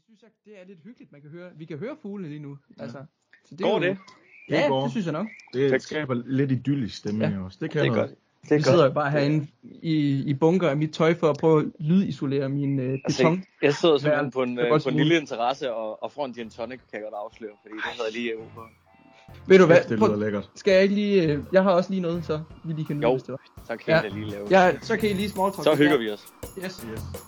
synes jeg, det er lidt hyggeligt, vi kan høre fuglene lige nu. Ja. Altså, så Går det? Ja, det synes jeg nok. Det skaber lidt idyllisk stemning også. Det kan det er noget. godt. Det er Vi sidder jo bare herinde i bunker af mit tøj for at prøve at lydisolere min beton. Jeg sidder simpelthen på en lille interesse og får en gin tonic, kan jeg godt afsløre, fordi det havde jeg lige på. Ved du hvad? Det lyder lækkert. Skal jeg ikke lige... jeg har også lige noget, så vi lige kan nyde, hvis det var. Så kan jeg lige lave. Ja, så kan I lige small talk. Så hygger vi os. Yes.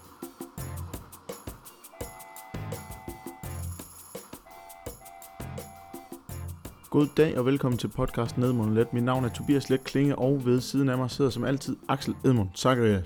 God dag og velkommen til podcasten Edmund Let. Mit navn er Tobias Let Klinge, og ved siden af mig sidder som altid Axel Edmund Zacharias.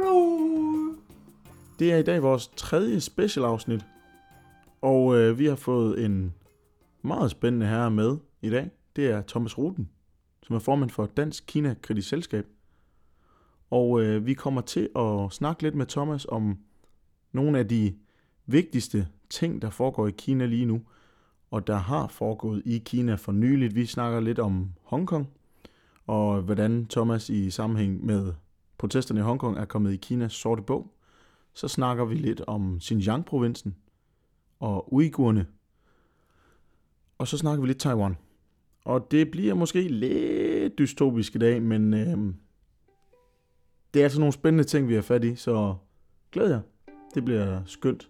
Det er i dag vores 3. special afsnit, og vi har fået en meget spændende herre med i dag. Det er Thomas Ruden, som er formand for Dansk Kina Kritisk Selskab. Og vi kommer til at snakke lidt med Thomas om nogle af de vigtigste ting, der foregår i Kina lige nu, og der har foregået i Kina for nyligt. Vi snakker lidt om Hongkong, og hvordan Thomas i sammenhæng med protesterne i Hongkong er kommet i Kinas sorte bog. Så snakker vi lidt om Xinjiang-provinsen og uigurerne, og så snakker vi lidt Taiwan. Og det bliver måske lidt dystopisk i dag, men det er altså nogle spændende ting, vi har fat i, så glæd jer. Det bliver skønt.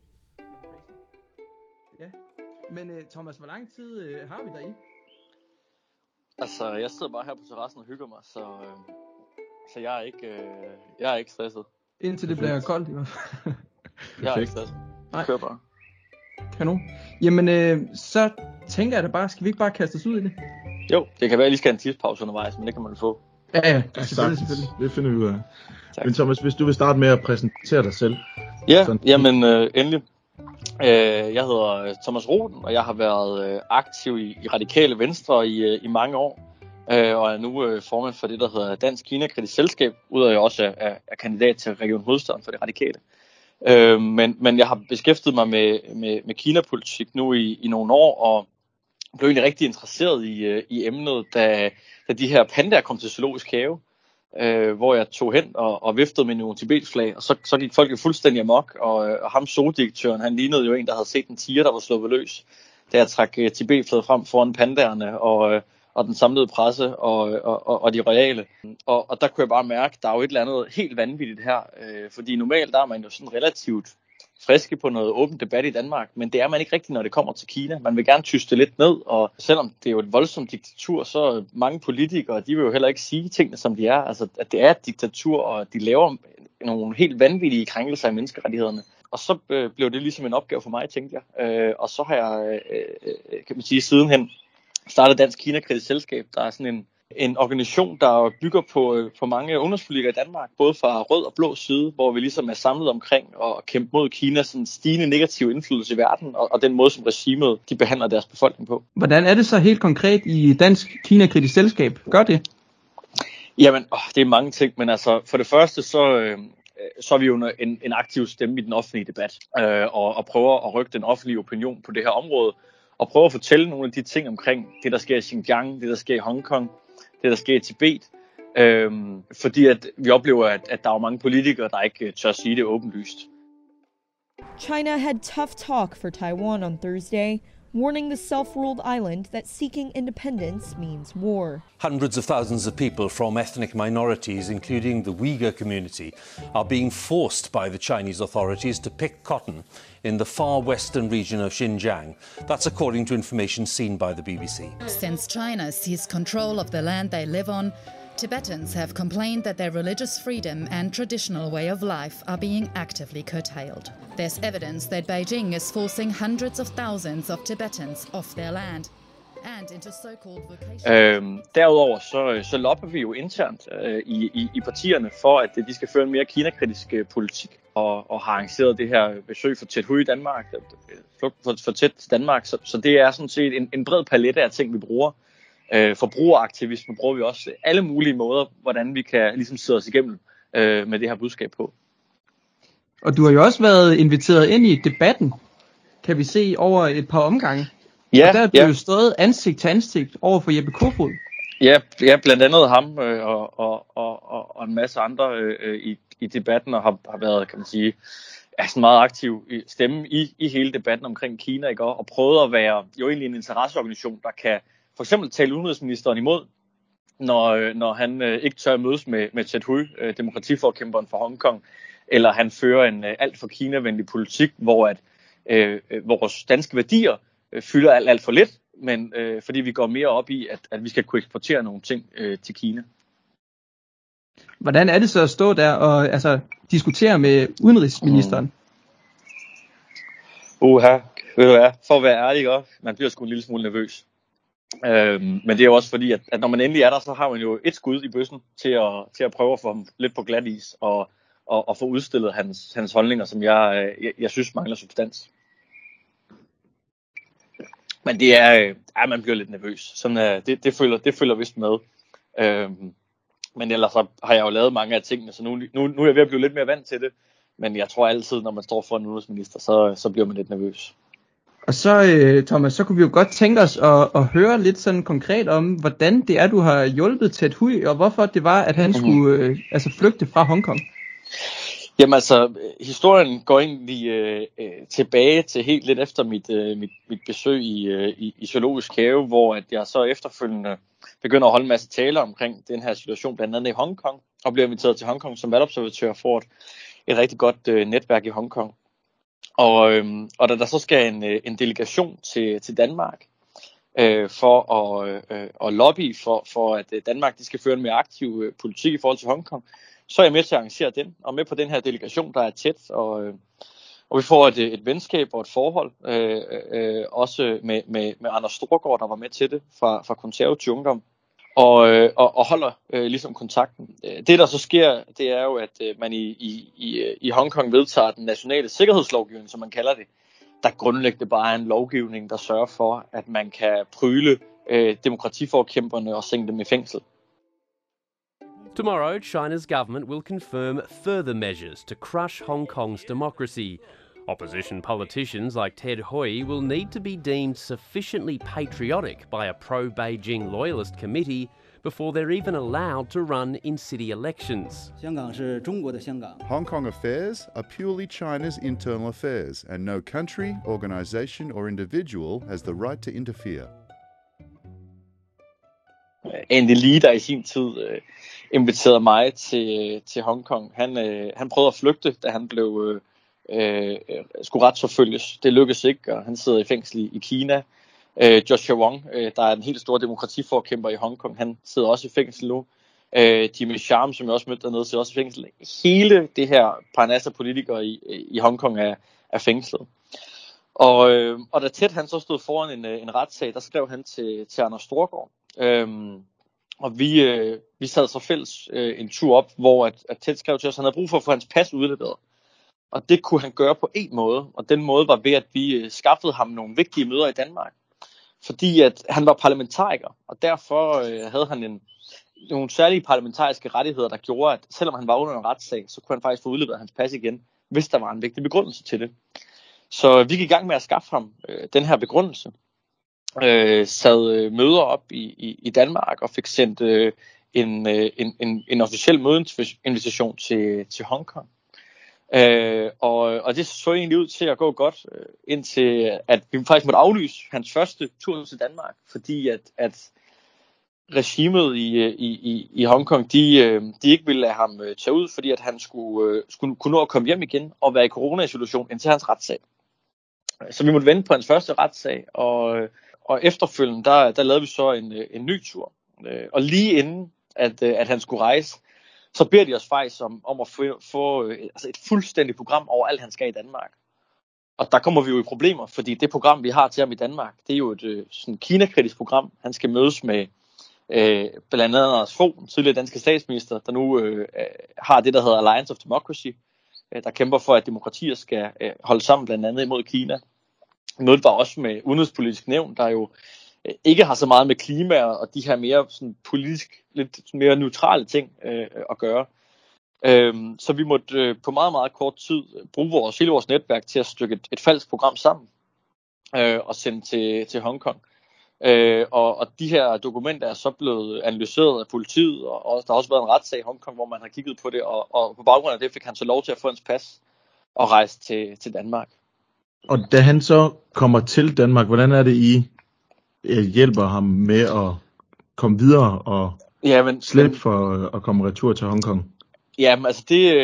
Ja, men Thomas, hvor lang tid har vi der i? Altså, jeg sidder bare her på terrassen og hygger mig, så jeg er ikke stresset. Indtil det bliver koldt i hvert fald. Jeg er ikke stresset. Kør bare. Kanon. Jamen, så tænker jeg da bare, skal vi ikke bare kaste os ud i det? Jo, det kan være, at jeg lige skal have en tidspause undervejs, men det kan man få. Ja, selvfølgelig. Det finder vi ud af. Tak. Men Thomas, hvis du vil starte med at præsentere dig selv. Ja, jamen endelig. Jeg hedder Thomas Ruden, og jeg har været aktiv i Radikale Venstre i mange år. Og er nu formand for det, der hedder Dansk Kina Kritisk Selskab, ud af jeg også er kandidat til Region Hovedstaden for det radikale. Men jeg har beskæftiget mig med Kina-politik nu i nogle år, og blev egentlig rigtig interesseret i emnet, da de her pandaer kom til zoologisk have, hvor jeg tog hen og viftede med nogle Tibet-flag, og så gik folk jo fuldstændig amok, og ham zoodirektøren, han lignede jo en, der havde set en tiger, der var sluppet løs, da jeg trak Tibet-flaget frem foran pandaerne og den samlede presse og de royale. Og der kunne jeg bare mærke, der er jo et eller andet helt vanvittigt her, fordi normalt der er man jo sådan relativt friske på noget åbent debat i Danmark, men det er man ikke rigtigt, når det kommer til Kina. Man vil gerne tyste lidt ned, og selvom det er jo et voldsomt diktatur, så mange politikere, de vil jo heller ikke sige tingene, som de er. Altså, at det er et diktatur, og de laver nogle helt vanvittige krænkelser af menneskerettighederne. Og så blev det ligesom en opgave for mig, tænkte jeg. Og så har jeg, kan man sige, sidenhen startet Dansk Kina Kritisk Selskab, der er sådan en organisation, der bygger på mange ungdomspolitikere i Danmark, både fra rød og blå side, hvor vi ligesom er samlet omkring at kæmpe mod Kinas sådan stigende negative indflydelse i verden, og den måde, som regimet de behandler deres befolkning på. Hvordan er det så helt konkret i Dansk Kina Kritisk Selskab? Gør det? Jamen, det er mange ting, men altså for det første, så er vi jo en aktiv stemme i den offentlige debat, og prøver at rykke den offentlige opinion på det her område, og prøver at fortælle nogle af de ting omkring det, der sker i Xinjiang, det, der sker i Hongkong, det, der sker i Tibet, fordi at vi oplever, at der er mange politikere, der ikke tør sige det åbenlyst. China had tough talk for Taiwan on Thursday, warning the self-ruled island that seeking independence means war. Hundreds of thousands of people from ethnic minorities, including the Uyghur community, are being forced by the Chinese authorities to pick cotton in the far western region of Xinjiang. That's according to information seen by the BBC. Since China seized control of the land they live on, Tibetans have complained that their religious freedom and traditional way of life are being actively curtailed. There's evidence that Beijing is forcing hundreds of thousands of Tibetans off their land and into so-called vacation. Derudover så lobber vi jo internt i partierne for, at de skal føre en mere kinakritisk politik, og har arrangeret det her besøg for Ted Hui i Danmark, for tæt til Danmark, så det er sådan set en bred palette af ting, vi bruger. Forbrugeraktivisme bruger vi også alle mulige måder, hvordan vi kan ligesom sidde os igennem med det her budskab på. Og du har jo også været inviteret ind i debatten, kan vi se, over et par omgange. Ja, og der blev jo stået ansigt til ansigt over for Jeppe Kofod. Ja, blandt andet ham og en masse andre i debatten, og har været, kan man sige, sådan meget aktiv stemme i hele debatten omkring Kina, ikke? Og prøvede at være jo egentlig en interesseorganisation, der kan for eksempel tale udenrigsministeren imod, når han ikke tør mødes med Ted Hui, demokratiforkæmperen for Hongkong, eller han fører en alt for Kina-venlig politik, hvor at vores danske værdier fylder alt for lidt, men fordi vi går mere op i, at vi skal kunne eksportere nogle ting til Kina. Hvordan er det så at stå der og diskutere med udenrigsministeren? Ved du hvad, for at være ærlig, man bliver sgu en lille smule nervøs. Men det er jo også fordi, at når man endelig er der, så har man jo et skud i bøssen til at prøve at få ham lidt på glat is og få udstillet hans holdninger, som jeg synes mangler substans. Men det er, man bliver lidt nervøs. Sådan, det følger vist med. Men ellers så har jeg jo lavet mange af tingene, så nu er jeg ved at blive lidt mere vant til det. Men jeg tror altid, når man står for en udenrigsminister, så bliver man lidt nervøs. Og så, Thomas, så kunne vi jo godt tænke os at høre lidt sådan konkret om, hvordan det er, du har hjulpet Ted Hui, og hvorfor det var, at han skulle flygte fra Hongkong. Jamen altså, historien går egentlig tilbage til helt lidt efter mit besøg i Zoologisk Have, hvor at jeg så efterfølgende begynder at holde en masse taler omkring den her situation, blandt andet i Hongkong, og bliver inviteret til Hongkong som valgobservatør for et rigtig godt netværk i Hongkong. Og da der så skal en delegation til Danmark for at lobby for at Danmark de skal føre en mere aktiv politik i forhold til Hongkong, så er jeg med til at arrangere den, og med på den her delegation, der er tæt, og vi får et venskab og et forhold, også med Anders Storgård, der var med til det fra Konservativ Ungdom, og holder ligesom kontakten. Det der så sker, det er jo, at man i Hongkong vedtager den nationale sikkerhedslovgivning, som man kalder det, der grundlæggende bare er en lovgivning, der sørger for, at man kan pryle demokratiforkæmperne og sænke dem i fængsel. Tomorrow, China's government will confirm further measures to crush Hong Kong's democracy. Opposition politicians like Ted Hui will need to be deemed sufficiently patriotic by a pro-Beijing loyalist committee before they're even allowed to run in city elections. Hong Kong affairs are purely China's internal affairs, and no country, organization or individual has the right to interfere. Andy Lee, der i sin tid inviterede mig til Hongkong, han prøvede at flygte, da han blev skulle retsforfølges. Det lykkedes ikke, og han sidder i fængsel i Kina. Joshua Wong, der er en helt stor demokratiforkæmper i Hongkong, han sidder også i fængsel nu. Jimmy Charm, som jeg også mødte dernede, sidder også i fængsel. Hele det her parnas af politikere i Hongkong er fængslet. Og da Ted han så stod foran en retssag, der skrev han til Anders Storgård. Og vi sad så fælles en tur op, hvor at Ted skrev til os, at han havde brug for at få hans pas udleveret. Og det kunne han gøre på en måde, og den måde var ved, at vi skaffede ham nogle vigtige møder i Danmark. Fordi at han var parlamentariker, og derfor havde han nogle særlige parlamentariske rettigheder, der gjorde, at selvom han var under en retssag, så kunne han faktisk få udleveret hans pas igen, hvis der var en vigtig begrundelse til det. Så vi gik i gang med at skaffe ham den her begrundelse. Sad møder op i Danmark og fik sendt en officiel mødeinvitation til Hongkong. Og det så egentlig ud til at gå godt, indtil at vi faktisk måtte aflyse hans første tur til Danmark, fordi at regimet i Hongkong, de ikke ville lade ham tage ud, fordi at han skulle kunne nå at komme hjem igen og være i corona-isolation indtil hans retssag. Så vi måtte vente på hans første retssag, og efterfølgende, der lavede vi så en ny tur. Og lige inden, at han skulle rejse, så beder de os faktisk om at få et fuldstændigt program over alt, han skal i Danmark. Og der kommer vi jo i problemer, fordi det program, vi har til ham i Danmark, det er jo et sådan Kina-kritisk program. Han skal mødes med blandt andet Anders Fogh, den tidligere danske statsminister, der nu har det, der hedder Alliance of Democracy, der kæmper for, at demokratier skal holde sammen blandt andet imod Kina. Mødet var også med udenrigspolitisk nævn, der jo ikke har så meget med klima og de her mere sådan politisk, lidt mere neutrale ting at gøre. Så vi måtte på meget, meget kort tid bruge hele vores netværk til at stykke et falsk program sammen og sende til Hongkong. Og de her dokumenter er så blevet analyseret af politiet, og der har også været en retssag i Hongkong, hvor man har kigget på det, og på baggrund af det fik han så lov til at få hans pas. at rejse til Danmark. Og da han så kommer til Danmark, hvordan er det, I hjælper ham med at komme videre og slippe for at komme retur til Hongkong? Ja, men altså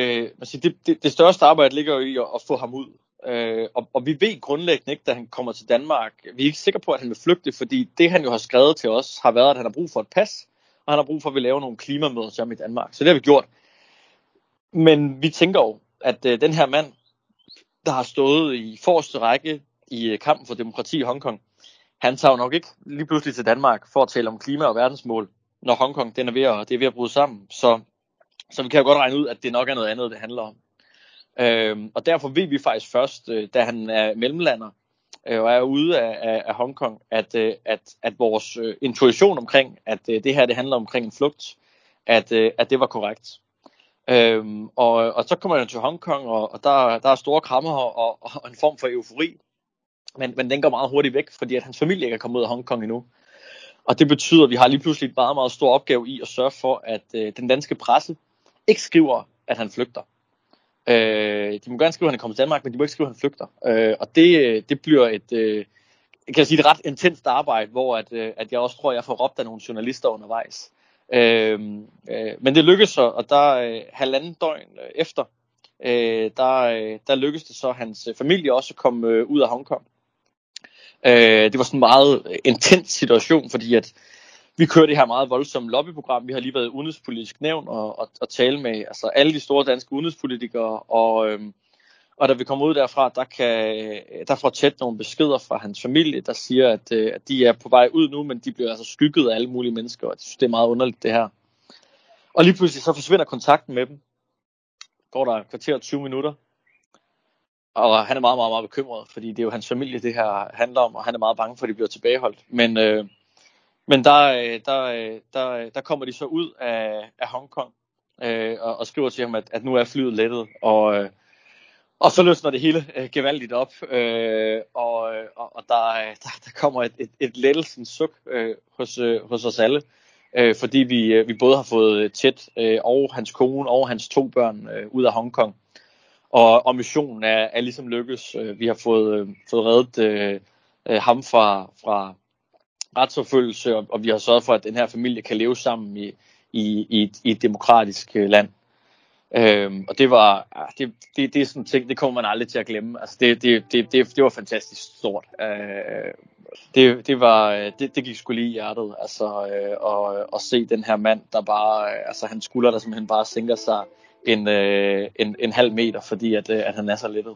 det største arbejde ligger jo i at få ham ud. Og vi ved grundlæggende ikke, da han kommer til Danmark, vi er ikke sikre på, at han vil flygte, fordi det han jo har skrevet til os, har været, at han har brug for et pas, og han har brug for, at vi laver nogle klimamøder til ham i Danmark. Så det har vi gjort. Men vi tænker jo, at den her mand, der har stået i forreste række i kampen for demokrati i Hongkong, han tager jo nok ikke lige pludselig til Danmark for at tale om klima og verdensmål, når Hongkong det er ved at bryde sammen. Så vi kan jo godt regne ud, at det nok er noget andet, det handler om. Og derfor ved vi faktisk først, da han er mellemlander og er ude af Hongkong, at vores intuition omkring, at det her det handler omkring en flugt, at det var korrekt. Og så kommer han til Hongkong, og der er store krammer og en form for eufori. Men den går meget hurtigt væk, fordi at hans familie ikke er kommet ud af Hongkong endnu. Og det betyder, at vi har lige pludselig et meget, meget stor opgave i at sørge for, at den danske presse ikke skriver, at han flygter. De må gerne skrive, at han kommer til Danmark, men de må ikke skrive, at han flygter. Og det bliver et ret intenst arbejde, hvor at jeg også tror, at jeg får råbt af nogle journalister undervejs. Men det lykkedes så, og der halvanden døgn efter, der lykkedes det så hans familie også at komme ud af Hongkong. Det var sådan en meget intens situation, fordi at vi kører det her meget voldsomme lobbyprogram. Vi har lige været i udenrigspolitisk nævn og tale med altså alle de store danske udenrigspolitikere, og da vi kommer ud derfra, der får Ted nogle beskeder fra hans familie, der siger, at de er på vej ud nu, men de bliver altså skygget af alle mulige mennesker, og de synes, det er meget underligt det her. Og lige pludselig så forsvinder kontakten med dem. Går der kvarter 20 minutter, og han er meget, meget, meget bekymret, fordi det er jo hans familie, det her handler om, og han er meget bange for, at de bliver tilbageholdt. Men der kommer de så ud af Hongkong og skriver til ham, at nu er flyet lettet, og så løsner det hele gevaldigt op, og der kommer et lettelsens suk hos os alle, fordi vi både har fået Ted og hans kone og hans 2 børn ud af Hongkong, og missionen er ligesom lykkes. Vi har fået reddet ham fra retsforfølgelse, og vi har sørget for, at den her familie kan leve sammen i et demokratisk land. Og det er sådan ting, det kommer man aldrig til at glemme. Altså det var fantastisk stort. Det gik sgu lige i hjertet, altså at se den her mand, der bare, altså hans skulder der simpelthen bare sænker sig en halv meter, fordi at han er så lettet.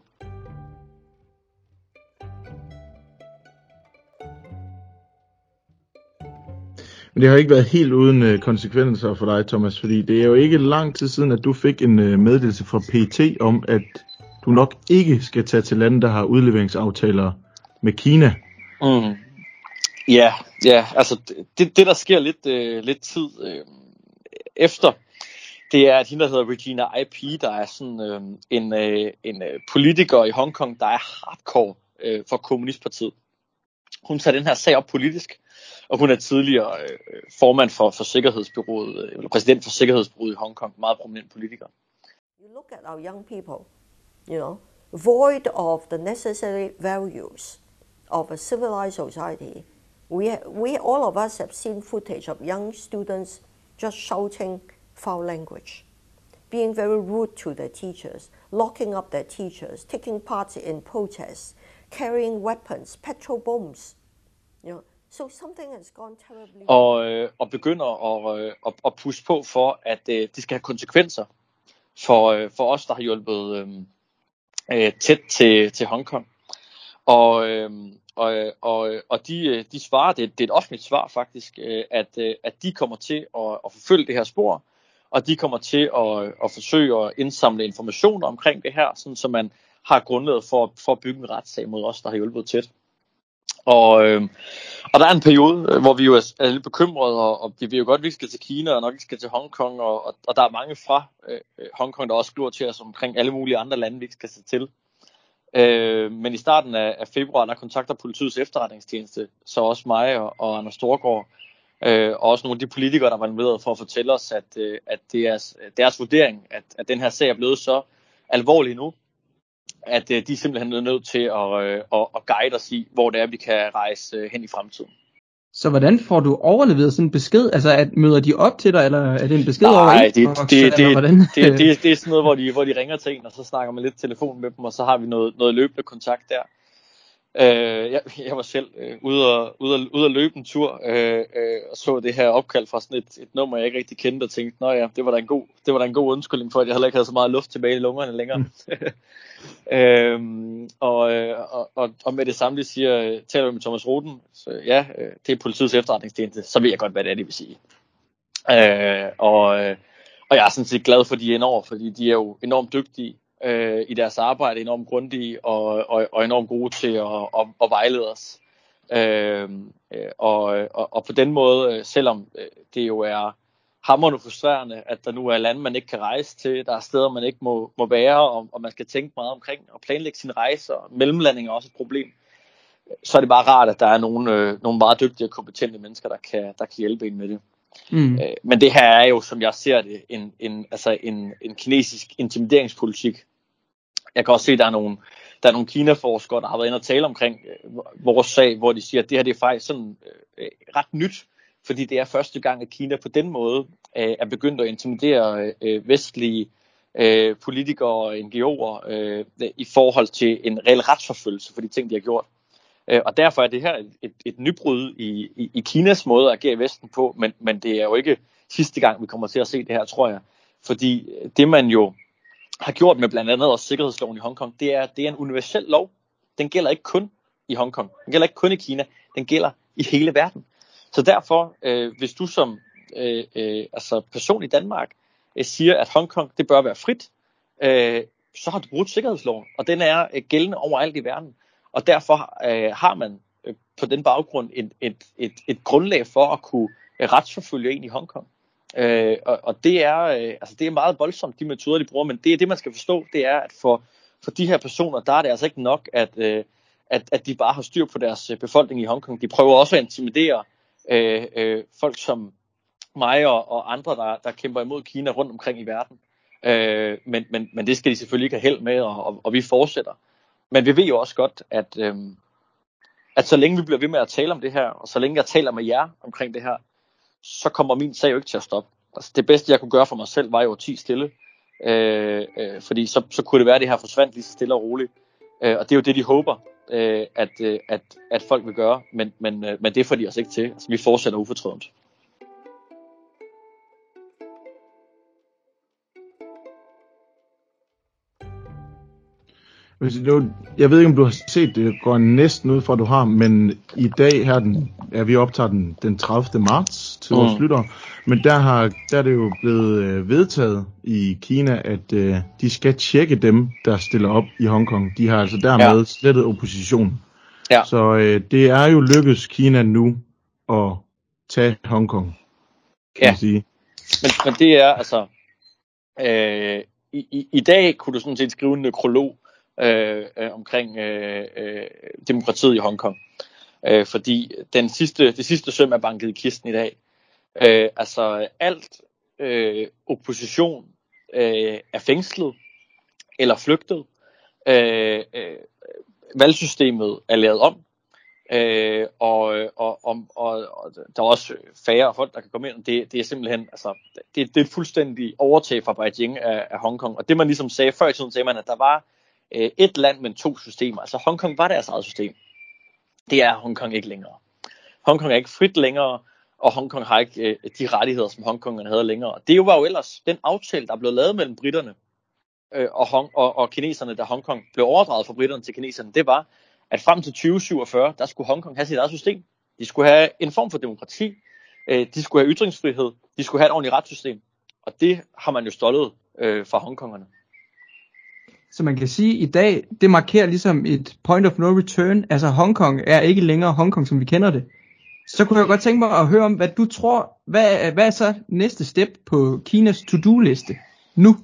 Men det har ikke været helt uden konsekvenser for dig, Thomas, fordi det er jo ikke lang tid siden, at du fik en meddelelse fra PET om, at du nok ikke skal tage til lande, der har udleveringsaftaler med Kina. Ja, altså det der sker lidt tid efter, det er, at hende, der hedder Regina IP, der er sådan en politiker i Hongkong, der er hardcore for kommunistpartiet. Hun tager den her sag op politisk, og hun er tidligere formand for Sikkerhedsbureauet, eller præsident for Sikkerhedsbureauet i Hongkong, meget prominent politiker. You look at our young people, void of the necessary values of a civilized society. We all of us have seen footage of young students just shouting foul language, being very rude to their teachers, locking up their teachers, taking part in protests, carrying weapons, petrol bombs. So something has gone terribly. Og begynder at pusse på for, at det skal have konsekvenser for os, der har hjulpet tæt til Hongkong. Og de svarer, det er et offentligt svar faktisk, at de kommer til at forfølge det her spor, og de kommer til at forsøge at indsamle informationer omkring det her, sådan så man har grundlaget for at bygge en retssag mod os, der har hjulpet tæt. Og der er en periode, hvor vi jo er lidt bekymrede, og vi vil jo godt, at vi skal til Kina, og nok ikke skal til Hongkong, og der er mange fra Hongkong, der også skriver til os omkring alle mulige andre lande, vi ikke skal til. Men i starten af februar, der kontakter politiets efterretningstjeneste, så også mig og Anders Storgård, og også nogle af de politikere, der var involveret for at fortælle os, at det er deres vurdering, at den her sag er blevet så alvorlig nu, at de simpelthen er nødt til at guide os i, hvor det er, vi kan rejse hen i fremtiden. Så hvordan får du overleveret sådan en besked? Altså, møder de op til dig, eller er det en besked over Nej, Inbox, eller hvordan? det er sådan noget, hvor de ringer til en, og så snakker man lidt telefon med dem, og så har vi noget løbende kontakt der. Jeg var selv ude at løbe en tur, og så det her opkald fra sådan et nummer, jeg ikke rigtig kendte, og tænkte, nå ja, det var da en god undskyldning for, at jeg heller ikke havde så meget luft tilbage i lungerne længere. Og med det samme, de siger, taler vi med Thomas Ruden, så ja, det er politiets efterretningstjeneste, så ved jeg godt, hvad det er, det vil sige. Og jeg er sådan set glad for de indover, fordi de er jo enormt dygtige i deres arbejde, enormt grundige og enormt gode til at vejlede os. Og på den måde, selvom det jo er hamrende frustrerende, at der nu er lande, man ikke kan rejse til, der er steder, man ikke må være, og man skal tænke meget omkring og planlægge sin rejse, og mellemlanding er også et problem, så er det bare rart, at der er nogle meget dygtige og kompetente mennesker, der kan hjælpe en med det. Men det her er jo, som jeg ser det, en kinesisk intimideringspolitik. Jeg kan også se, at der er nogle Kina-forskere, der har været inde og tale omkring vores sag, hvor de siger, at det her det er faktisk sådan ret nyt, fordi det er første gang, at Kina på den måde er begyndt at intimidere vestlige politikere og NGO'er i forhold til en reel retsforfølgelse for de ting, de har gjort. Og derfor er det her et nybrud i Kinas måde at agere i Vesten på, men det er jo ikke sidste gang, vi kommer til at se det her, tror jeg. Fordi det, man jo har gjort med blandt andet også sikkerhedsloven i Hongkong, det er en universel lov. Den gælder ikke kun i Hongkong. Den gælder ikke kun i Kina. Den gælder i hele verden. Så derfor, hvis du som person i Danmark siger, at Hongkong det bør være frit, så har du brudt sikkerhedsloven, og den er gældende overalt i verden. Og derfor har man på den baggrund et grundlag for at kunne retsforfølge en i Hongkong. Og det er meget voldsomt, de metoder, de bruger, men det er det, man skal forstå, det er, at for de her personer, der er det altså ikke nok, at de bare har styr på deres befolkning i Hongkong. De prøver også at intimidere folk som mig og andre, der kæmper imod Kina rundt omkring i verden. Men det skal de selvfølgelig ikke have held med, og vi fortsætter. Men vi ved jo også godt, at så længe vi bliver ved med at tale om det her, og så længe jeg taler med jer omkring det her, så kommer min sag jo ikke til at stoppe. Altså det bedste, jeg kunne gøre for mig selv, var jo at tie stille. Fordi så kunne det være, at det her forsvandt lige så stille og roligt. Og det er jo det, de håber, at folk vil gøre. Men det får de os ikke til. Altså, vi fortsætter ufortrødent. Jeg ved ikke, om du har set det, går næsten ud fra, at du har, men i dag her, vi optager den 30. marts til vores lyttere, men der er det jo blevet vedtaget i Kina, at de skal tjekke dem, der stiller op i Hongkong. De har altså dermed slettet oppositionen. Ja. Så det er jo lykkedes Kina nu at tage Hongkong, kan man sige. Men det er altså, i dag kunne du sådan set skrive en nekrolog omkring demokratiet i Hongkong, fordi det sidste søm er banket i kisten i dag. Alt opposition er fængslet eller flygtet. Valgsystemet er lavet om, og der er også færre folk, der kan komme ind. Det er simpelthen, det er et fuldstændig overtag fra Beijing af Hongkong. Og det man ligesom sagde før i tiden, sagde man, at der var et land med 2 systemer. Altså Hongkong var deres eget system. Det er Hongkong ikke længere. Hongkong er ikke frit længere, og Hongkong har ikke de rettigheder, som Hongkongerne havde længere. Det var jo ellers den aftale, der blev lavet mellem britterne og kineserne, da Hongkong blev overdraget fra britterne til kineserne. Det var, at frem til 2047, der skulle Hongkong have sit eget system. De skulle have en form for demokrati. De skulle have ytringsfrihed. De skulle have et ordentligt retssystem. Og det har man jo stoltet fra Hongkongerne. Så man kan sige, at i dag, det markerer ligesom et point of no return. Altså Hongkong er ikke længere Hongkong, som vi kender det. Så kunne jeg godt tænke mig at høre om, hvad du tror, hvad er så næste step på Kinas to-do-liste nu?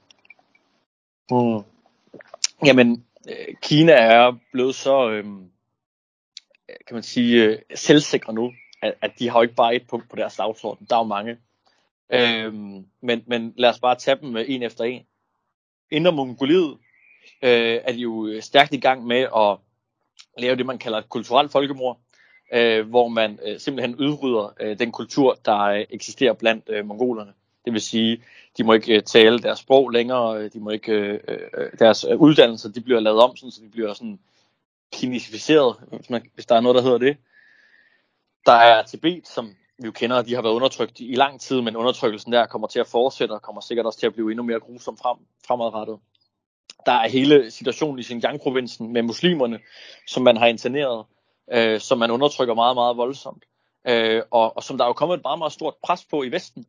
Jamen, Kina er blevet så, kan man sige, selvsikre nu, at de har jo ikke bare et punkt på deres dagsorden. Der er jo mange. Men lad os bare tage dem en efter en. Indre Mongoliet, er de jo stærkt i gang med at lave det, man kalder et kulturelt folkemord, hvor man simpelthen udrydder den kultur, der eksisterer blandt mongolerne. Det vil sige, de må ikke tale deres sprog længere, de må ikke deres uddannelser, de bliver lavet om, sådan, så de bliver sådan kinesificeret, hvis der er noget, der hedder det. Der er Tibet, som vi jo kender, de har været undertrykt i lang tid, men undertrykkelsen der kommer til at fortsætte, og kommer sikkert også til at blive endnu mere grusom fremadrettet. Der er hele situationen i Xinjiang-provinsen med muslimerne, som man har interneret, som man undertrykker meget, meget voldsomt. Og som der er jo kommet et meget, meget stort pres på i Vesten,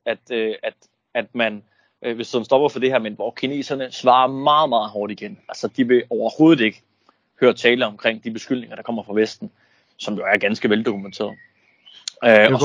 at man, hvis man stopper for det her, men hvor kineserne svarer meget, meget hårdt igen. Altså, de vil overhovedet ikke høre tale omkring de beskyldninger, der kommer fra Vesten, som jo er ganske veldokumenteret. Jeg kunne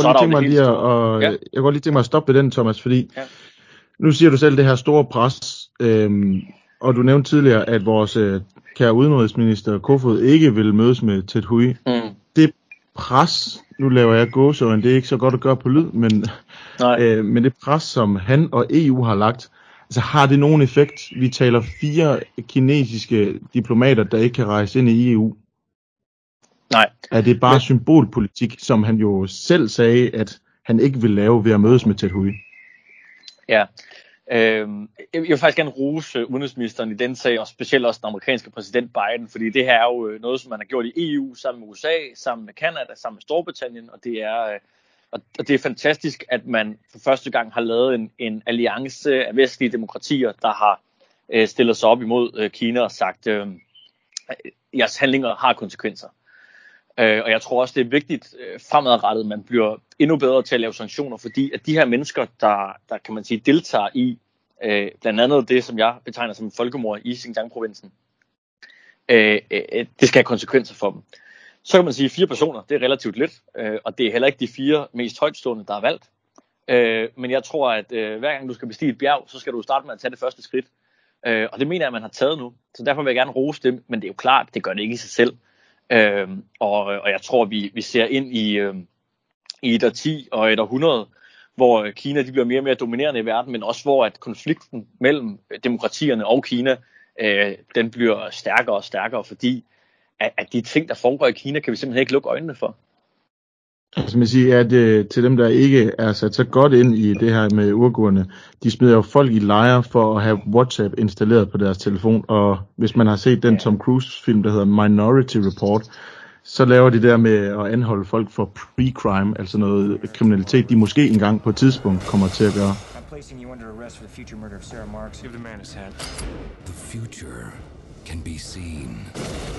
godt lige tænke mig at stoppe ved den, Thomas, fordi nu siger du selv det her store pres, og du nævnte tidligere, at vores kære udenrigsminister Kofod ikke vil mødes med Ted Hui. Det pres, nu laver jeg gåseøjne, det er ikke så godt at gøre på lyd, men det pres, som han og EU har lagt, altså har det nogen effekt? Vi taler 4 kinesiske diplomater, der ikke kan rejse ind i EU. Nej. Er det bare symbolpolitik, som han jo selv sagde, at han ikke vil lave ved at mødes med Ted Hui? Ja. Jeg vil faktisk gerne rose udenrigsministeren i den sag, og specielt også den amerikanske præsident Biden, fordi det her er jo noget, som man har gjort i EU, sammen med USA, sammen med Canada, sammen med Storbritannien, og det er fantastisk, at man for første gang har lavet en alliance af vestlige demokratier, der har stillet sig op imod Kina og sagt, jeres handlinger har konsekvenser. Og jeg tror også, det er vigtigt fremadrettet, at man bliver endnu bedre til at lave sanktioner, fordi at de her mennesker, der kan man sige, deltager i blandt andet det, som jeg betegner som folkemord i Xinjiang-provinsen, det skal have konsekvenser for dem. Så kan man sige, 4 personer, det er relativt lidt, og det er heller ikke de 4 mest højtstående, der er valgt. Men jeg tror, at hver gang du skal bestige et bjerg, så skal du starte med at tage det første skridt. Og det mener jeg, at man har taget nu. Så derfor vil jeg gerne rose dem, men det er jo klart, det gør det ikke i sig selv. Og jeg tror, vi ser ind i et årti og et århundrede, hvor Kina de bliver mere og mere dominerende i verden, men også hvor at konflikten mellem demokratierne og Kina, den bliver stærkere og stærkere, fordi at de ting, der foregår i Kina, kan vi simpelthen ikke lukke øjnene for. Altså man siger, at til dem, der ikke er sat så godt ind i det her med uigurerne, de smider jo folk i lejre for at have WhatsApp installeret på deres telefon, og hvis man har set den Tom Cruise film, der hedder Minority Report, så laver de der med at anholde folk for pre-crime, altså noget kriminalitet, de måske engang på et tidspunkt kommer til at gøre. The future can be seen.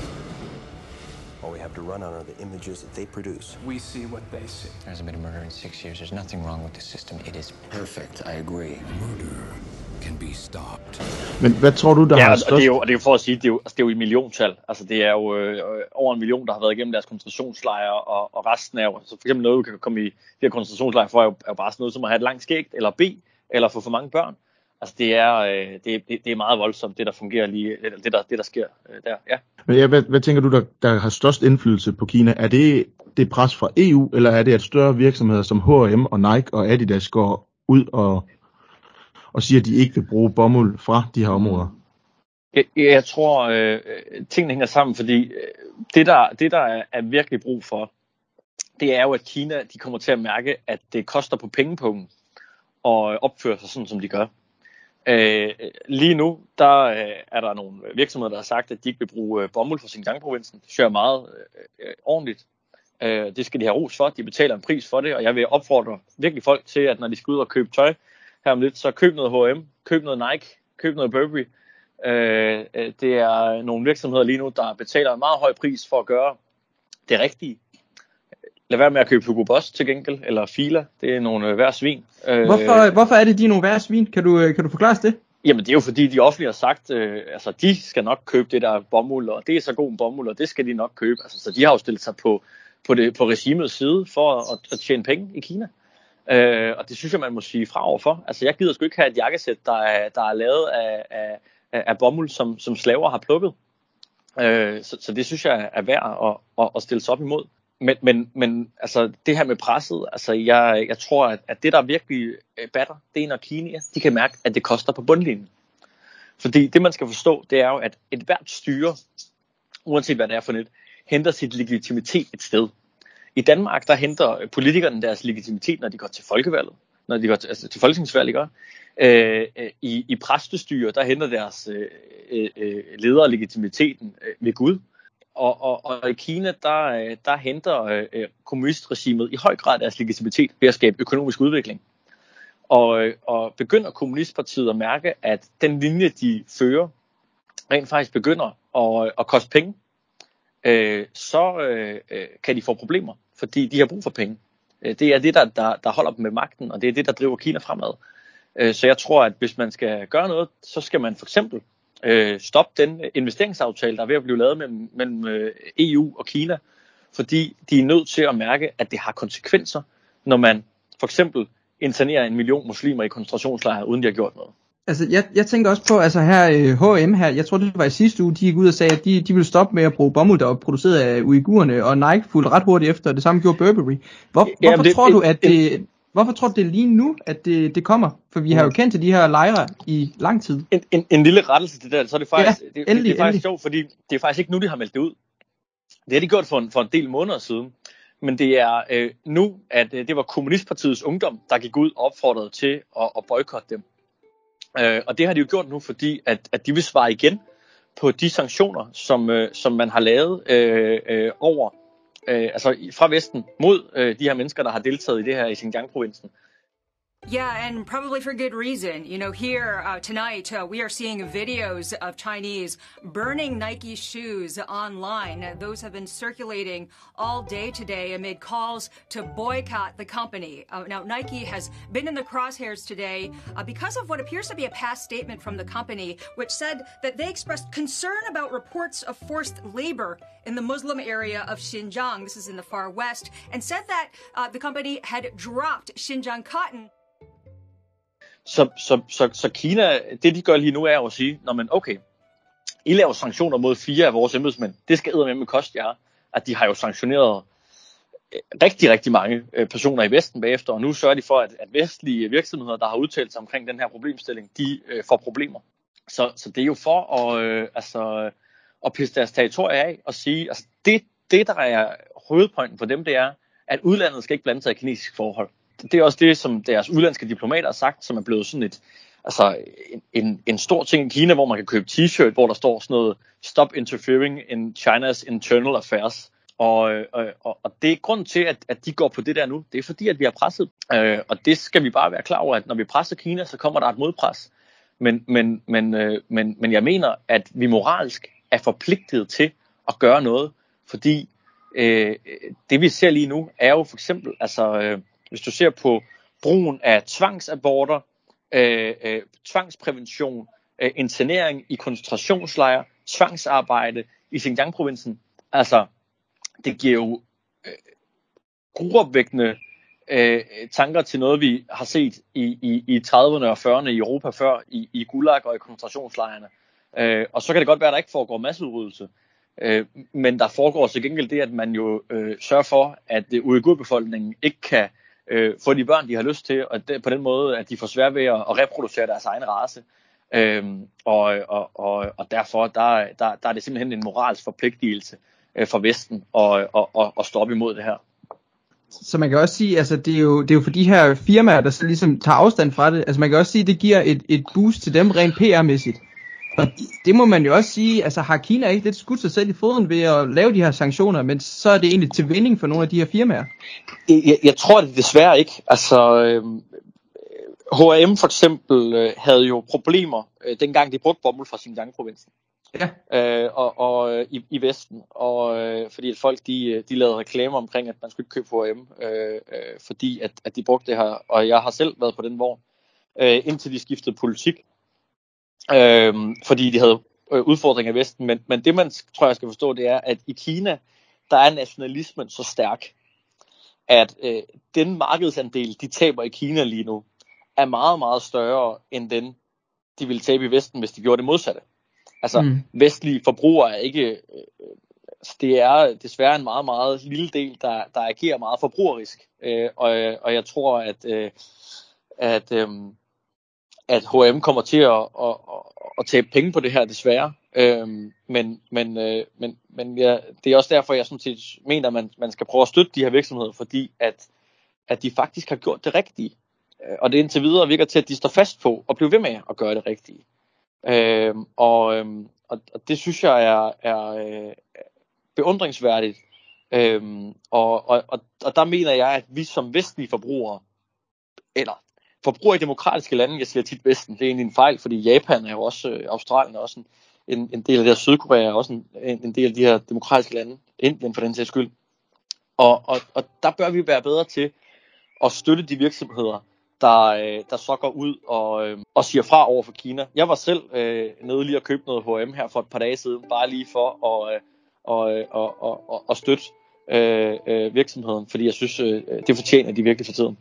All we have to run on are the images that they produce. We see what they see. There hasn't been a murder in 6 years. There's nothing wrong with the system. It is perfect. I agree. Murder can be stopped. Men hvad tror du, der har størst? Og det er jo for at sige, det er jo i milliontal. Altså det er jo over 1 million, der har været igennem deres koncentrationslejre, og resten er jo, så for eksempel noget, du kan komme i de her koncentrationslejre for, er jo bare sådan noget som at have et langt skægt, eller eller få for mange børn. Altså det er meget voldsomt, det der fungerer lige, det der sker der, ja. Men hvad tænker du, der har størst indflydelse på Kina? Er det pres fra EU, eller er det at større virksomheder som H&M og Nike og Adidas går ud og siger, at de ikke vil bruge bomuld fra de her områder? Jeg tror, tingene hænger sammen, fordi det der er virkelig brug for, det er jo, at Kina de kommer til at mærke, at det koster på pengepungen at opføre sig sådan, som de gør. Lige nu, der er der nogle virksomheder, der har sagt, at de ikke vil bruge bomuld fra Xinjiang-provinsen. Det kører meget ordentligt. Det skal de have ros for. De betaler en pris for det, og jeg vil opfordre virkelig folk til, at når de skal ud og købe tøj her om lidt, så køb noget H&M, køb noget Nike, køb noget Burberry. Det er nogle virksomheder lige nu, der betaler en meget høj pris for at gøre det rigtige. Lad være med at købe Hugo Boss til gengæld, eller Fila. Det er nogle værre svin. Hvorfor er det de nogle værre svin? Kan du forklare os det? Jamen det er jo fordi, de offentligt har sagt, altså de skal nok købe det der bomuld, og det er så god en bomuld, og det skal de nok købe. Altså, så de har jo stillet sig på regimets side for at tjene penge i Kina. Og det synes jeg, man må sige fra overfor. Altså jeg gider sgu ikke have et jakkesæt, der er lavet af bomuld, som slaver har plukket. Så det synes jeg er værd at stille sig op imod. Men altså det her med presset, altså jeg tror, at det der virkelig batter, det er når Kina, de kan mærke, at det koster på bundlinjen. Fordi det man skal forstå, det er jo, at et hvert styre, uanset hvad det er for net, henter sit legitimitet et sted. I Danmark, der henter politikerne deres legitimitet, når de går til folkevalget, når de går til folketingsvalg, ikke? I præstestyre, der henter deres ledere legitimiteten ved Gud. Og i Kina, der henter kommunistregimet i høj grad deres legitimitet ved at skabe økonomisk udvikling. Og begynder Kommunistpartiet at mærke, at den linje, de fører, rent faktisk begynder at koste penge, så kan de få problemer, fordi de har brug for penge. Det er det, der holder dem med magten, og det er det, der driver Kina fremad. Så jeg tror, at hvis man skal gøre noget, så skal man for eksempel stoppe den investeringsaftale, der er ved at blive lavet mellem EU og Kina, fordi de er nødt til at mærke, at det har konsekvenser, når man for eksempel internerer 1 million muslimer i koncentrationslejre, uden de har gjort noget. Altså, jeg tænker også på, altså her H&M her, jeg tror det var i sidste uge, de gik ud og sagde, at de ville stoppe med at bruge bomuld, der var produceret af uigurerne, og Nike fulgte ret hurtigt efter, det samme gjorde Burberry. Hvorfor tror du, det er lige nu, at det kommer? For vi har jo kendt til de her lejre i lang tid. En lille rettelse til det, så er det faktisk, det er faktisk sjovt, fordi det er faktisk ikke nu, de har meldt det ud. Det har de gjort for en del måneder siden. Men det er nu, at det var Kommunistpartiets ungdom, der gik ud og opfordrede til at boykotte dem. Og det har de jo gjort nu, fordi at de vil svare igen på de sanktioner, som man har lavet over, altså fra Vesten mod de her mennesker, der har deltaget i det her i Xinjiang-provinsen. Yeah, and probably for good reason. You know, here tonight we are seeing videos of Chinese burning Nike shoes online. Those have been circulating all day today amid calls to boycott the company. Now, Nike has been in the crosshairs today because of what appears to be a past statement from the company, which said that they expressed concern about reports of forced labor in the Muslim area of Xinjiang. This is in the far west, and said that the company had dropped Xinjiang cotton. Så Kina, det de gør lige nu er at sige, okay, I laver sanktioner mod 4 af vores embedsmænd, det skal eddermame koste jer, at de har jo sanktioneret rigtig, rigtig mange personer i Vesten bagefter, og nu sørger de for, at vestlige virksomheder, der har udtalt sig omkring den her problemstilling, de får problemer. Så det er jo for at pisse deres territorie af og sige, altså det der er hovedpointen for dem, det er, at udlandet skal ikke blande sig i kinesiske forhold. Det er også det, som deres udlandske diplomater har sagt, som er blevet sådan en stor ting i Kina, hvor man kan købe t-shirt, hvor der står sådan noget Stop interfering in China's internal affairs. Og det er grund til, at de går på det der nu. Det er fordi, at vi har presset. Og det skal vi bare være klar over, at når vi presser Kina, så kommer der et modpres. Men jeg mener, at vi moralsk er forpligtet til at gøre noget, fordi det vi ser lige nu er jo for eksempel, hvis du ser på brugen af tvangsaborter, tvangsprævention, internering i koncentrationslejre, tvangsarbejde i Xinjiang-provinsen, det giver jo gruopvækkende tanker til noget, vi har set i 30'erne og 40'erne i Europa før, i Gulag og i koncentrationslejrene. Og så kan det godt være, at der ikke foregår masseudryddelse. Men der foregår til gengæld det, at man jo sørger for, at uighurbefolkningen ikke kan få de børn, de har lyst til, og på den måde, at de får svært ved at reproducere deres egen race. Og derfor der er det simpelthen en moralsk forpligtelse for Vesten at stå op imod det her. Så man kan også sige, det er jo for de her firmaer, der så ligesom tager afstand fra det. Altså man kan også sige, at det giver et boost til dem rent PR-mæssigt. Og det må man jo også sige, har Kina ikke lidt skudt sig selv i foden ved at lave de her sanktioner, men så er det egentlig til vinding for nogle af de her firmaer? Jeg tror det desværre ikke. H&M for eksempel havde jo problemer, dengang de brugte bomuld fra Xinjiang-provinsen. Ja. Og i Vesten, og fordi at folk de lavede reklamer omkring, at man skulle ikke købe H&M, fordi at de brugte det her, og jeg har selv været på den vogn, indtil de skiftede politik. Fordi de havde udfordringer i Vesten, men det man tror jeg skal forstå, det er, at i Kina, der er nationalismen så stærk, at den markedsandel, de taber i Kina lige nu, er meget, meget større end den, de ville tabe i Vesten, hvis de gjorde det modsatte. Vestlige forbrugere er ikke, det er desværre en meget, meget lille del, der agerer meget forbrugerisk, og jeg tror, at H&M kommer til at tabe penge på det her, desværre. Men ja, det er også derfor, jeg sådan set mener, at man skal prøve at støtte de her virksomheder, fordi at de faktisk har gjort det rigtige. Og det indtil videre virker til, at de står fast på at blive ved med at gøre det rigtige. Og det synes jeg er beundringsværdigt. Og der mener jeg, at vi som vestlige forbrugere, eller forbrugere i demokratiske lande, jeg siger tit Vesten, det er egentlig en fejl, fordi Japan er jo også, Australien er også en del af det her, Sydkorea er også en del af de her demokratiske lande, Indien for den sags skyld. Og der bør vi være bedre til at støtte de virksomheder, der så går ud og siger fra over for Kina. Jeg var selv nede lige at købe noget H&M her for et par dage siden, bare lige for at støtte virksomheden, fordi jeg synes, det fortjener de virkelig for tiden.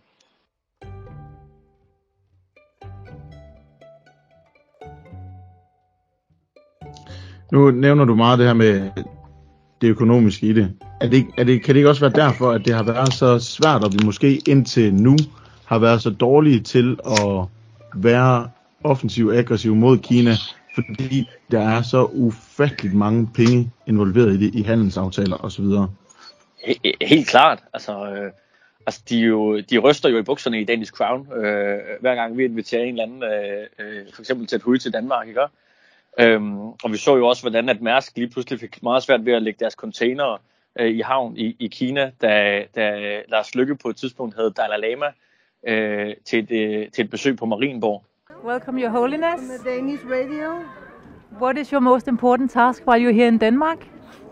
Nu nævner du meget det her med det økonomiske i det. Kan det ikke også være derfor, at det har været så svært, og vi måske indtil nu har været så dårlige til at være offensiv og aggressiv mod Kina, fordi der er så ufatteligt mange penge involveret i det, i handelsaftaler osv.? Helt klart. Altså de ryster jo i bukserne i Danish Crown, hver gang vi inviterer en eller anden, for eksempel Ted Hui til Danmark, ikke? Og vi så jo også, hvordan at Mærsk lige pludselig fik meget svært ved at lægge deres containere i havn i Kina, da Lars Løkke på et tidspunkt havde Dalai Lama til et besøg på Marienborg. Welcome, Your Holiness. On the Danish radio. What is your most important task while you're here in Denmark?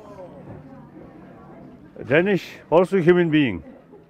Danish, also human being.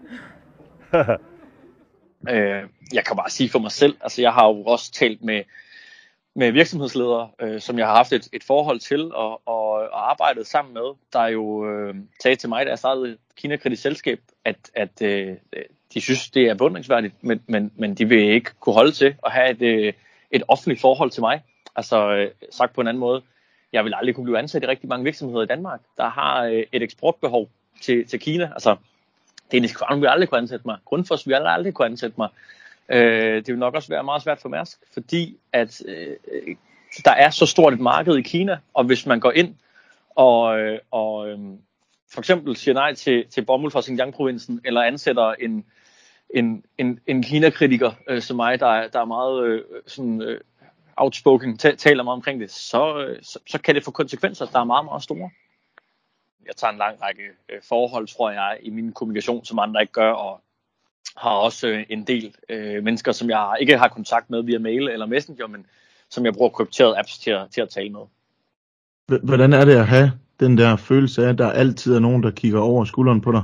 Jeg kan bare sige for mig selv, altså jeg har jo også talt med virksomhedsledere, som jeg har haft et forhold til og arbejdet sammen med, der jo sagde til mig, da jeg startede Kina Kritisk Selskab, at de synes, det er beundringsværdigt, men de vil ikke kunne holde til at have et offentligt forhold til mig. Altså sagt på en anden måde, jeg vil aldrig kunne blive ansat i rigtig mange virksomheder i Danmark, der har et eksportbehov til Kina. Altså Danish Crown vil aldrig kunne ansætte mig, Grundfos vil aldrig kunne ansætte mig. Det vil nok også være meget svært for Mærsk, fordi at der er så stort et marked i Kina, og hvis man går ind og for eksempel siger nej til bomuld fra Xinjiang-provinsen, eller ansætter en Kina-kritiker som mig, der er meget outspoken, taler meget omkring det, så kan det få konsekvenser, der er meget, meget store. Jeg tager en lang række forhold, tror jeg, i min kommunikation, som andre ikke gør, og har også en del mennesker, som jeg ikke har kontakt med via mail eller messenger, men som jeg bruger krypterede apps til at tale med. Hvordan er det at have den der følelse af, at der altid er nogen, der kigger over skulderen på dig?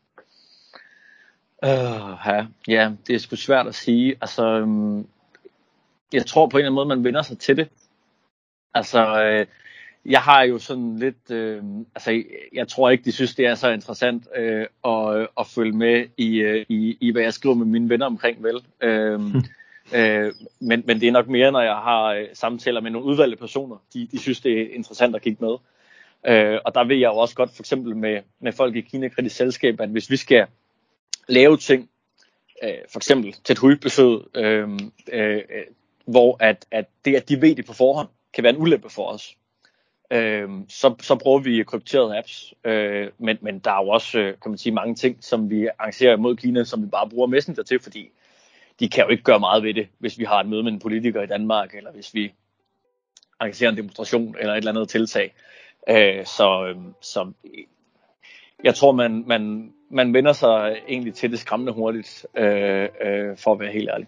Ja, det er sgu svært at sige. Altså, jeg tror på en eller anden måde, man vender sig til det. Altså, jeg har jo sådan lidt, jeg tror ikke, de synes, det er så interessant at følge med i, hvad jeg skriver med mine venner omkring, vel? Men det er nok mere, når jeg har samtaler med nogle udvalgte personer. De synes, det er interessant at kigge med. Og der ved jeg jo også godt, for eksempel med folk i Kina Kritisk Selskab, at hvis vi skal lave ting, for eksempel Ted Hui-besøget, hvor at det, at de ved det på forhånd, kan være en ulempe for os. Så bruger vi krypterede apps, men der er jo også, kan man sige, mange ting, som vi arrangerer mod Kina, som vi bare bruger Messenger til, fordi de kan jo ikke gøre meget ved det, hvis vi har et møde med en politiker i Danmark, eller hvis vi arrangerer en demonstration, eller et eller andet tiltag. Så jeg tror, man vender sig egentlig til det skræmmende hurtigt, for at være helt ærlig.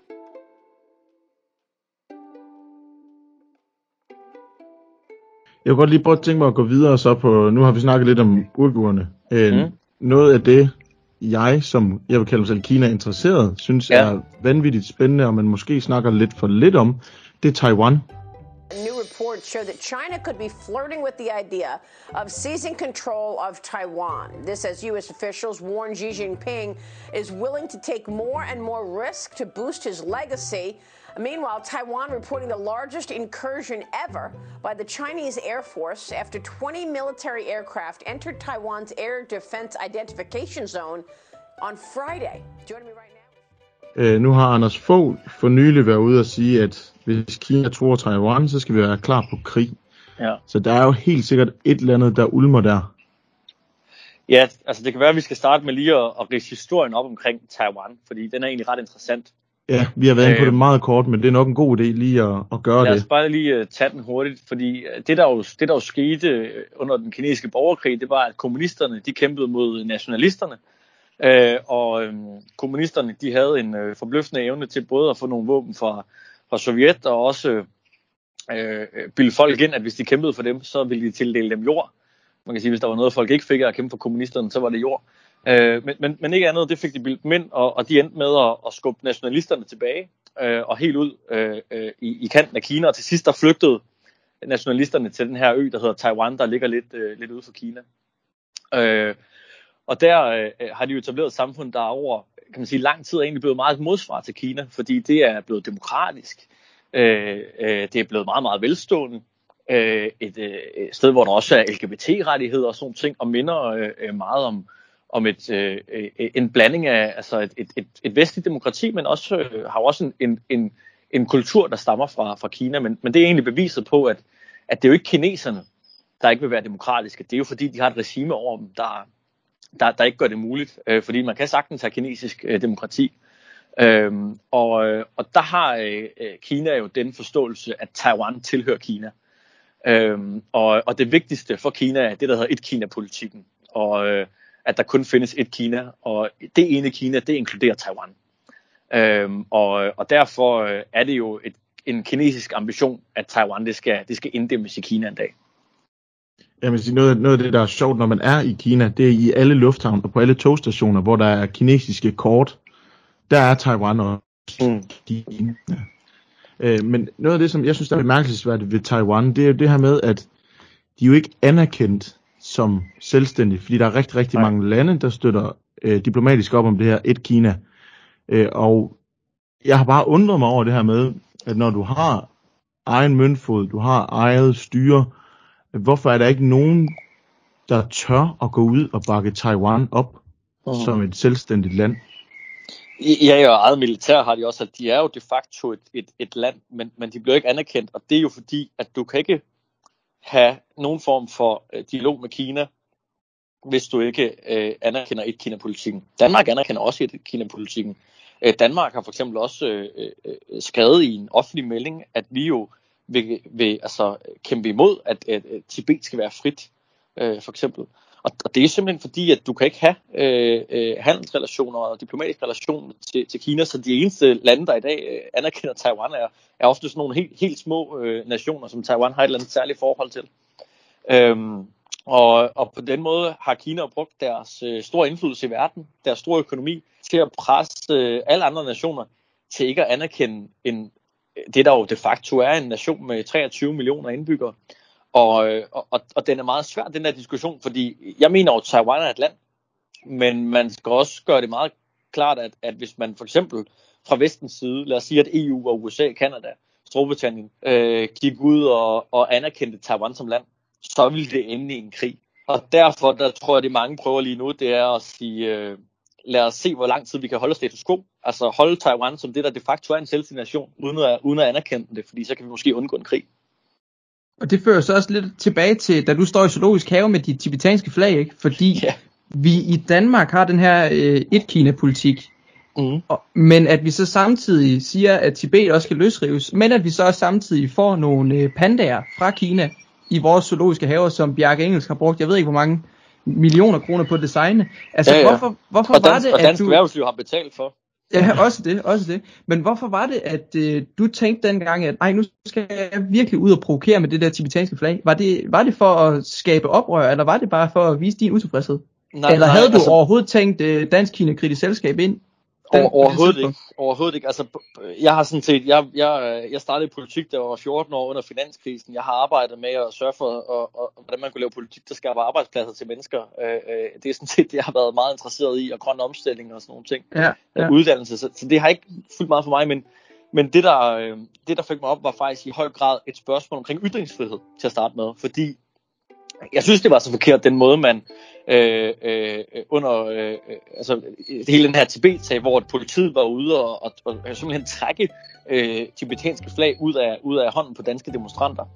Jeg kunne godt lige prøve at tænke mig at gå videre så på, nu har vi snakket lidt om uigurerne. Noget af det, som jeg vil kalde mig selv Kina interesseret, synes er vanvittigt spændende, og man måske snakker lidt for lidt om, det er Taiwan. New reports show that China could be flirting with the idea of seizing control of Taiwan. This as U.S. officials warn Xi Jinping is willing to take more and more risk to boost his legacy. Meanwhile, Taiwan reporting the largest incursion ever by the Chinese Air Force after 20 military aircraft entered Taiwan's air defense identification zone on Friday. Joining me right now. Nu har Anders Fogh for nylig været ude og sige, at hvis Kina truer Taiwan, så skal vi være klar på krig. Ja. Så der er jo helt sikkert et eller andet, der ulmer der. Ja, altså det kan være, at vi skal starte med lige at ridse historien op omkring Taiwan, fordi den er egentlig ret interessant. Ja, vi har været inde på det meget kort, men det er nok en god idé lige at gøre det. Lad os bare lige tage den hurtigt, fordi det der jo skete under den kinesiske borgerkrig, det var, at kommunisterne de kæmpede mod nationalisterne, og kommunisterne de havde en forbløffende evne til både at få nogle våben fra Sovjet, og også bilde folk ind, at hvis de kæmpede for dem, så ville de tildele dem jord. Man kan sige, hvis der var noget, folk ikke fik at kæmpe for kommunisterne, så var det jord. Men ikke andet, det fik de bildt dem ind, og de endte med at skubbe nationalisterne tilbage, og helt ud i kanten af Kina, og til sidst der flygtede nationalisterne til den her ø, der hedder Taiwan, der ligger lidt ude for Kina. Og der har de jo etableret et samfund, der over, kan man sige, lang tid er egentlig blevet meget et modsvar til Kina, fordi det er blevet demokratisk, det er blevet meget, meget velstående, et sted, hvor der også er LGBT-rettigheder og sådan ting, og minder meget om en blanding af altså et vestligt demokrati, men også har også en kultur, der stammer fra Kina. Men det er egentlig beviset på, at det er jo ikke kineserne, der ikke vil være demokratiske. Det er jo fordi, de har et regime over dem, der ikke gør det muligt. Fordi man kan sagtens have kinesisk demokrati. Og der har Kina jo den forståelse, at Taiwan tilhører Kina. Og det vigtigste for Kina er det, der hedder et-Kina-politikken. Og at der kun findes et Kina, og det ene Kina, det inkluderer Taiwan. Og derfor er det jo en kinesisk ambition, at Taiwan det skal inddæmmes i Kina en dag. Jamen, noget af det, der er sjovt, når man er i Kina, det er i alle lufthavne og på alle togstationer, hvor der er kinesiske kort, der er Taiwan også. Men noget af det, som jeg synes, der er bemærkelsesværdigt ved Taiwan, det er jo det her med, at de er jo ikke anerkendt som selvstændige, fordi der er rigtig, rigtig mange lande, der støtter diplomatisk op om det her et Kina. Og jeg har bare undret mig over det her med, at når du har egen møntfod, du har eget styre, hvorfor er der ikke nogen, der tør at gå ud og bakke Taiwan op som et selvstændigt land? Ja, og eget militær har de også, at de er jo de facto et land, men de bliver ikke anerkendt, og det er jo fordi, at du kan ikke have nogen form for dialog med Kina, hvis du ikke anerkender et-Kina-politikken. Danmark anerkender også et-Kina-politikken. Danmark har for eksempel også skrevet i en offentlig melding, at vi jo vil altså kæmpe imod, at Tibet skal være frit, for eksempel. Og det er simpelthen fordi, at du kan ikke have handelsrelationer og diplomatiske relationer til Kina, så de eneste lande, der i dag anerkender Taiwan, er ofte sådan nogle helt små nationer, som Taiwan har et eller andet særligt forhold til. Og på den måde har Kina brugt deres store indflydelse i verden, deres store økonomi, til at presse alle andre nationer til ikke at anerkende det, der jo de facto er en nation med 23 millioner indbyggere. Og den er meget svær, den der diskussion, fordi jeg mener jo, at Taiwan er et land, men man skal også gøre det meget klart, at hvis man for eksempel fra vestens side, lad os sige, at EU og USA, Canada, Storbritannien gik ud og anerkendte Taiwan som land, så ville det ende i en krig. Og derfor, der tror jeg, det mange prøver lige nu, det er at sige, lad os se, hvor lang tid vi kan holde status quo. Altså holde Taiwan som det, der de facto er en selvstændig nation, uden at anerkende det, fordi så kan vi måske undgå en krig. Og det fører så også lidt tilbage til, da du står i zoologisk have med de tibetanske flag, ikke? Fordi vi i Danmark har den her et-Kina-politik, men at vi så samtidig siger, at Tibet også skal løsrives, men at vi så også samtidig får nogle pandaer fra Kina i vores zoologiske haver, som Bjarke Engels har brugt, jeg ved ikke hvor mange millioner kroner på at designe. Altså hvorfor var det, at dansk erhvervsliv har betalt for? Ja, også det. Men hvorfor var det, at du tænkte dengang, at nu skal jeg virkelig ud og provokere med det der tibetanske flag? Var det for at skabe oprør, eller var det bare for at vise din utilfredshed? Eller havde du overhovedet tænkt Dansk-Kina-kritisk selskab ind? Overhovedet ikke. Altså, jeg har sådan set, jeg startede i politik, da jeg var 14 år under finanskrisen. Jeg har arbejdet med at sørge for, hvordan man kunne lave politik, der skaber arbejdspladser til mennesker. Det er sådan set det, jeg har været meget interesseret i, og grøn omstilling og sådan nogle ting. Ja. Uddannelse. Så det har ikke fuldt meget for mig, men det der fik mig op, var faktisk i høj grad et spørgsmål omkring ytringsfrihed til at starte med. Fordi Jeg synes, det var så forkert, den måde, man under hele den her Tibet-sag, hvor politiet var ude og simpelthen trække tibetanske flag ud af hånden på danske demonstranter.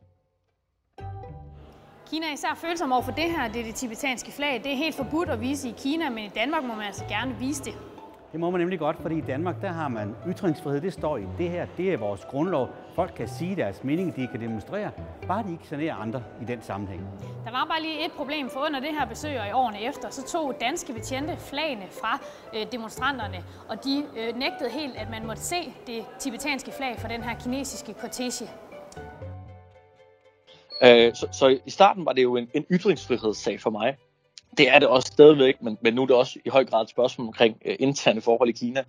Kina er især følsom over for det her, det tibetanske flag. Det er helt forbudt at vise i Kina, men i Danmark må man altså gerne vise det. Det må man nemlig godt, fordi i Danmark, der har man ytringsfrihed. Det står i det her. Det er vores grundlov. Folk kan sige deres mening, de kan demonstrere, bare de ikke generer andre i den sammenhæng. Der var bare lige et problem, for under det her besøg og i årene efter, så tog danske betjente flagene fra demonstranterne, og de nægtede helt, at man måtte se det tibetanske flag for den her kinesiske kortege. Så i starten var det jo en ytringsfrihedssag for mig. Det er det også stadigvæk, men nu er det også i høj grad et spørgsmål omkring interne forhold i Kina.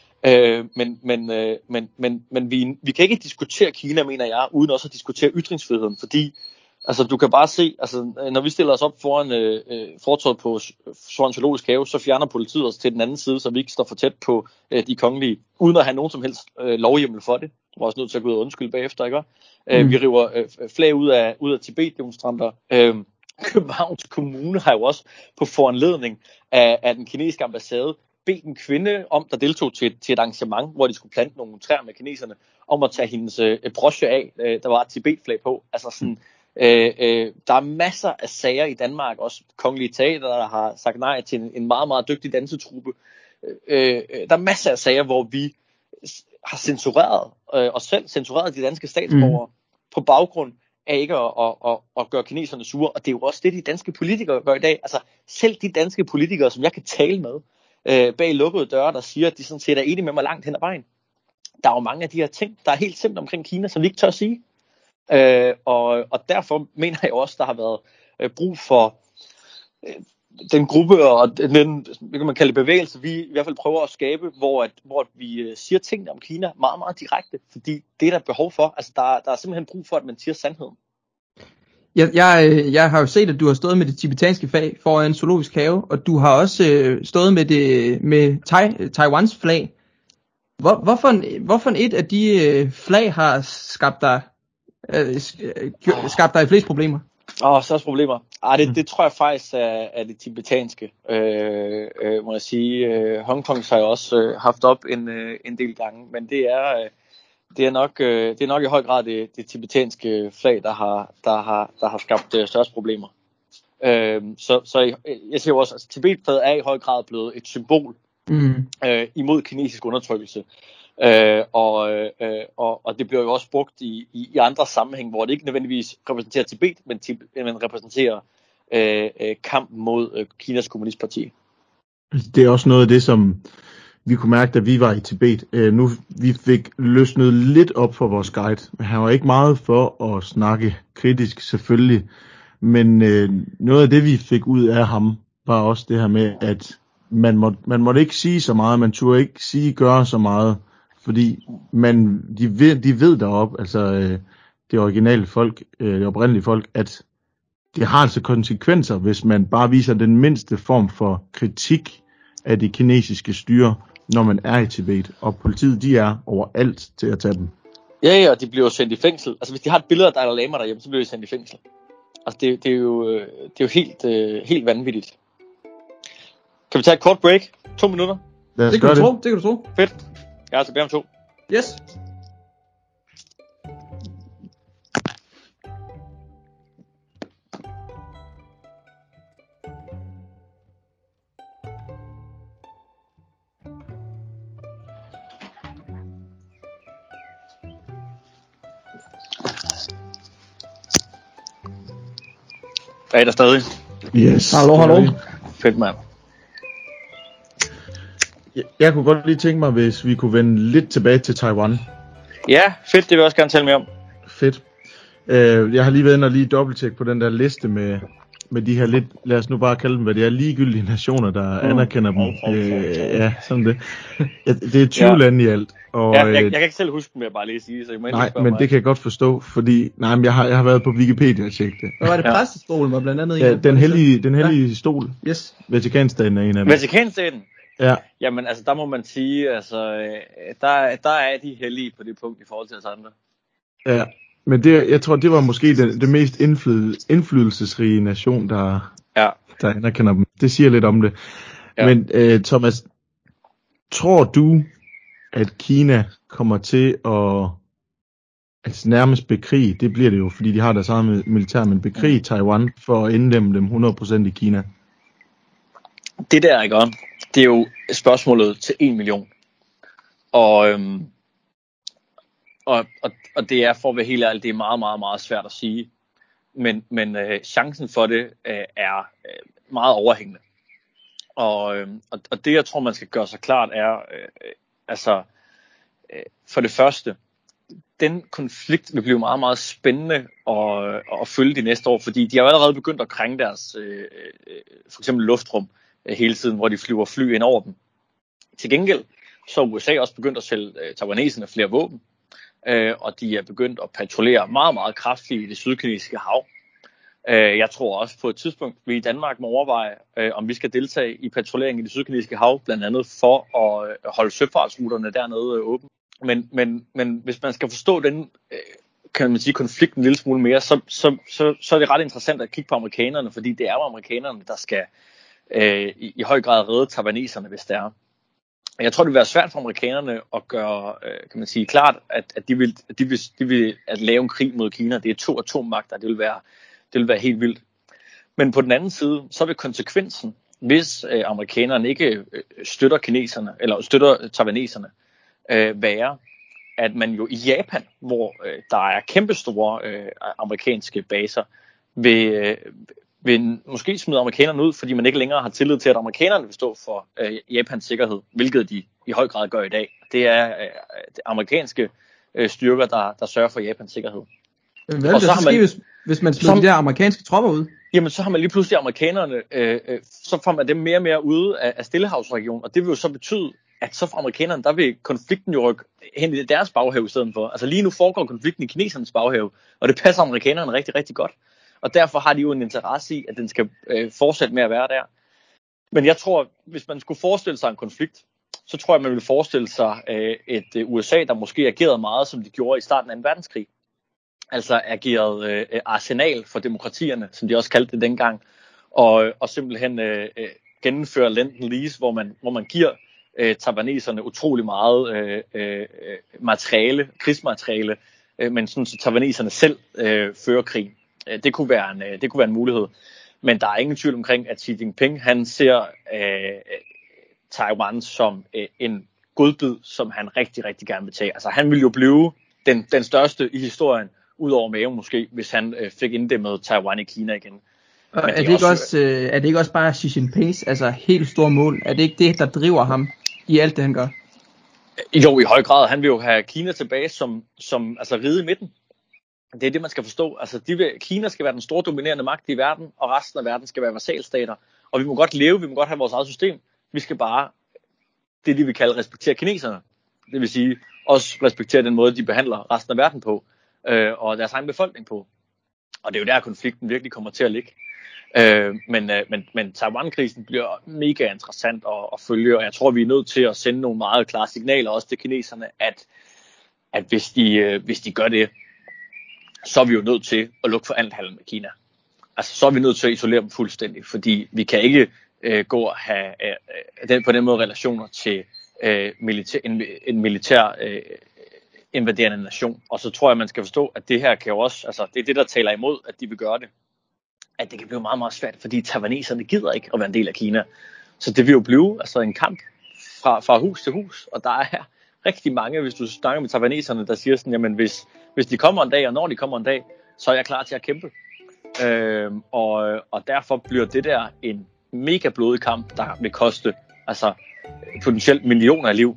Men vi kan ikke diskutere Kina, mener jeg, uden også at diskutere ytringsfriheden, fordi altså, du kan bare se, altså, når vi stiller os op foran fortovet på Sorgen Zoologisk Have, så fjerner politiet os til den anden side, så vi ikke står for tæt på de kongelige, uden at have nogen som helst lovhjemmel for det. Du var også nødt til at gå ud og undskylde bagefter, ikke? Vi river flag ud af Tibet-demonstranter. Københavns Kommune har jo også på foranledning af den kinesiske ambassade bedt en kvinde om, der deltog til et arrangement, hvor de skulle plante nogle træer med kineserne, om at tage hendes broche af, der var et Tibet-flag på. Altså sådan, der er masser af sager i Danmark, også Kongelige Teater, der har sagt nej til en meget, meget dygtig dansetruppe. Der er masser af sager, hvor vi har censureret os selv, censureret de danske statsborgere på baggrund af ikke at gøre kineserne sure. Og det er jo også det, de danske politikere gør i dag. Altså selv de danske politikere, som jeg kan tale med bag lukkede døre, der siger, at de sådan set er enige med mig langt hen ad vejen. Der er jo mange af de her ting, der er helt simpelt omkring Kina, som vi ikke tør at sige. Og derfor mener jeg også, der har været brug for den gruppe og den, hvad kan man kalde bevægelse, vi i hvert fald prøver at skabe, hvor vi siger tingene om Kina meget, meget direkte, fordi det er der behov for. Altså der er simpelthen brug for, at man siger sandheden. Jeg har jo set, at du har stået med det tibetanske flag foran Zoologisk Have, og du har også stået med Taiwans flag. Hvorfor et af de flag har skabt dig flest problemer? Største problemer. Det tror jeg faktisk er det tibetanske, må jeg sige. Hongkong har jeg også haft op en del gange, men det er nok i høj grad det tibetanske flag, der har skabt største problemer. Så jeg siger også, at Tibet-flaget er i høj grad blevet et symbol imod kinesisk undertrykkelse. Og det bliver jo også brugt i andre sammenhæng, hvor det ikke nødvendigvis repræsenterer Tibet, men repræsenterer kamp mod Kinas kommunistparti. Det er også noget af det, som vi kunne mærke, da vi var i Tibet. Vi fik løsnet lidt op for vores guide. Han var ikke meget for at snakke kritisk, selvfølgelig. Men noget af det, vi fik ud af ham, var også det her med, at man måtte ikke sige så meget, man turde ikke gøre så meget. Fordi de ved deroppe, altså det originale folk, det oprindelige folk, at det har altså konsekvenser, hvis man bare viser den mindste form for kritik af det kinesiske styre, når man er i Tibet. Og politiet, de er overalt til at tage dem. Ja, og de bliver jo sendt i fængsel. Altså hvis de har et billede af Dalai Lama derhjemme, så bliver de sendt i fængsel. Altså det er jo helt vanvittigt. Kan vi tage et kort break? 2 minutter? Det kan du tro. Fedt. Jeg er tilbage om 2. Yes. Er I der stadig? Yes. Hallo. Fedt, mand. Jeg kunne godt lige tænke mig, hvis vi kunne vende lidt tilbage til Taiwan. Ja, fedt. Det vil jeg også gerne tale mere om. Fedt. Jeg har lige været inde og lige dobbelttjekke på den der liste med de her lidt, lad os nu bare kalde dem, hvad det er, ligegyldige nationer, der anerkender dem. Ja, sådan det. Det er 20 lande i alt. Og, jeg kan ikke selv huske dem, jeg bare lige sige. Så jeg nej, men det kan jeg godt forstå, fordi jeg har været på Wikipedia og tjekket det. Hvad var det, præstestolen var blandt andet? Ja, den hellige stol. Yes. Vatikanstaten er en af dem. Vatikanstaten? Ja. Jamen, altså, der må man sige, altså, der er de hellige på det punkt i forhold til os andre. Ja, Men jeg tror, det var måske det mest indflydelsesrige nation, der anerkender dem. Det siger lidt om det. Ja. Men Thomas, tror du, at Kina kommer til at nærmest bekrige, det bliver det jo, fordi de har deres eget militær, men bekrige Taiwan for at indlemme dem 100% i Kina? Det der, ikke? Det er jo spørgsmålet til 1 million. Og det er, for at være helt ærlig, det er meget, meget, meget svært at sige. Men chancen for det er meget overhængende. Og det, jeg tror, man skal gøre sig klart, er for det første, den konflikt vil blive meget, meget spændende at følge de næste år, fordi de har jo allerede begyndt at krænge deres for eksempel luftrum hele tiden, hvor de flyver fly ind over dem. Til gengæld så er USA også begyndt at sælge taiwaneserne flere våben, og de er begyndt at patruljere meget, meget kraftigt i det sydkinesiske hav. Jeg tror også på et tidspunkt, vi i Danmark må overveje, om vi skal deltage i patruljering i det sydkinesiske hav, blandt andet for at holde søfartsruterne dernede åbne. Men hvis man skal forstå den, kan man sige, konflikt en lille smule mere, så er det ret interessant at kigge på amerikanerne, fordi det er jo amerikanerne, der skal i høj grad redde taiwaneserne, hvis det er. Jeg tror, det vil være svært for amerikanerne at gøre, kan man sige, klart, at de vil at lave en krig mod Kina. Det er 2 atommagter, det vil være helt vildt. Men på den anden side, så vil konsekvensen, hvis amerikanerne ikke støtter kineserne, eller støtter taiwaneserne, være, at man jo i Japan, hvor der er kæmpestore amerikanske baser, vil måske smide amerikanerne ud, fordi man ikke længere har tillid til, at amerikanerne vil stå for Japans sikkerhed, hvilket de i høj grad gør i dag. Det er amerikanske styrker, der sørger for Japans sikkerhed. Hvad vil det så ske, hvis man smider de der amerikanske tropper ud? Jamen, så har man lige pludselig amerikanerne, så får man dem mere og mere ude af Stillehavsregionen, og det vil jo så betyde, at så for amerikanerne, der vil konflikten jo rykke hen i deres baghave i stedet for. Altså lige nu foregår konflikten i kinesernes baghave, og det passer amerikanerne rigtig, rigtig godt. Og derfor har de jo en interesse i, at den skal fortsætte med at være der. Men jeg tror, hvis man skulle forestille sig en konflikt, så tror jeg, man ville forestille sig et USA, der måske agerede meget, som de gjorde i starten af 2. verdenskrig. Altså agerede arsenal for demokratierne, som de også kaldte det dengang. Og simpelthen gennemføre Lend-Lease, hvor man giver taiwaneserne utrolig meget krigsmateriale, men sådan så taiwaneserne selv fører krig. Det kunne være en mulighed. Men der er ingen tvivl omkring, at Xi Jinping, han ser Taiwan som en godbid, som han rigtig, rigtig gerne vil tage. Altså han vil jo blive den største i historien, ud over Mao måske, hvis han fik inddæmmet Taiwan i Kina igen. Og er det ikke også bare Xi Jinpings helt store mål? Er det ikke det, der driver ham i alt det, han gør? Jo, i høj grad. Han vil jo have Kina tilbage som ride i midten. Det er det, man skal forstå. Altså, Kina skal være den store dominerende magt i verden, og resten af verden skal være vasalstater. Og vi må godt leve, vi må godt have vores eget system. Vi skal bare, det de vil kalde, respektere kineserne. Det vil sige, også respektere den måde, de behandler resten af verden på, og deres egen befolkning på. Og det er jo der, konflikten virkelig kommer til at ligge. Men Taiwan-krisen bliver mega interessant at følge, og jeg tror, vi er nødt til at sende nogle meget klare signaler også til kineserne, at hvis de gør det, så er vi jo nødt til at lukke for handel med Kina. Altså, så er vi nødt til at isolere dem fuldstændig, fordi vi kan ikke gå og have på den måde relationer til en militær invaderende nation. Og så tror jeg, man skal forstå, at det her kan jo også, det er det, der taler imod, at de vil gøre det, at det kan blive meget, meget svært, fordi taiwaneserne gider ikke at være en del af Kina. Så det vil jo blive en kamp fra hus til hus, og der er rigtig mange, hvis du snakker med taiwaneserne, der siger sådan, jamen hvis de kommer en dag, og når de kommer en dag, så er jeg klar til at kæmpe. Og derfor bliver det der en mega blodig kamp, der vil koste potentielt millioner af liv.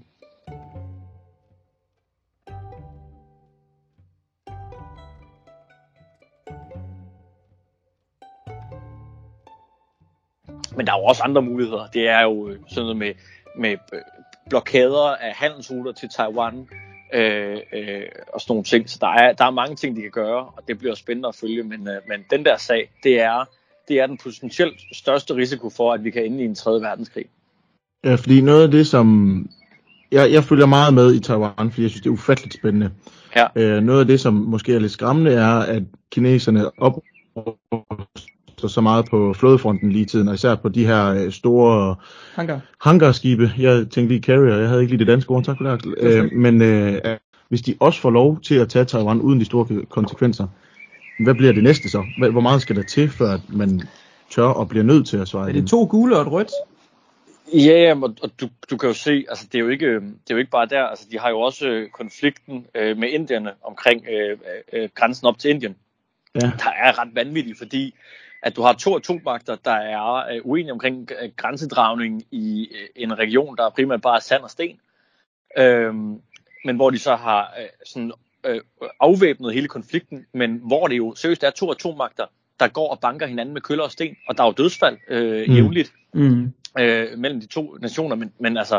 Men der er jo også andre muligheder. Det er jo sådan noget med blokader af handelsruter til Taiwan og sådan nogle ting. Så der er mange ting, de kan gøre, og det bliver spændende at følge. Men den der sag, det er den potentielt største risiko for, at vi kan ende i en 3. verdenskrig. Ja, fordi noget af det, som jeg følger meget med i Taiwan, fordi jeg synes, det er ufatteligt spændende. Ja. Noget af det, som måske er lidt skræmmende, er, at kineserne opruster så meget på flådefronten lige tiden, og især på de her store hangarskibe. Jeg tænkte lige carrier, jeg havde ikke lige det danske ord, tak for det. Men hvis de også får lov til at tage Taiwan uden de store konsekvenser, hvad bliver det næste så? Hvor meget skal der til, før at man tør og bliver nødt til at svare? Er det 2 gule og et rødt? Ja, og du kan jo se, altså det er jo ikke bare der, altså de har jo også konflikten med indierne omkring grænsen op til Indien. Ja. Der er ret vanvittigt, fordi at du har 2 atommagter, der er uenige omkring grænsedragning i en region, der er primært bare sand og sten. Men hvor de så har afvæbnet hele konflikten, men hvor det jo seriøst er 2 atommagter, der går og banker hinanden med køller og sten, og der er jo dødsfald jævnligt mellem de 2 nationer, men altså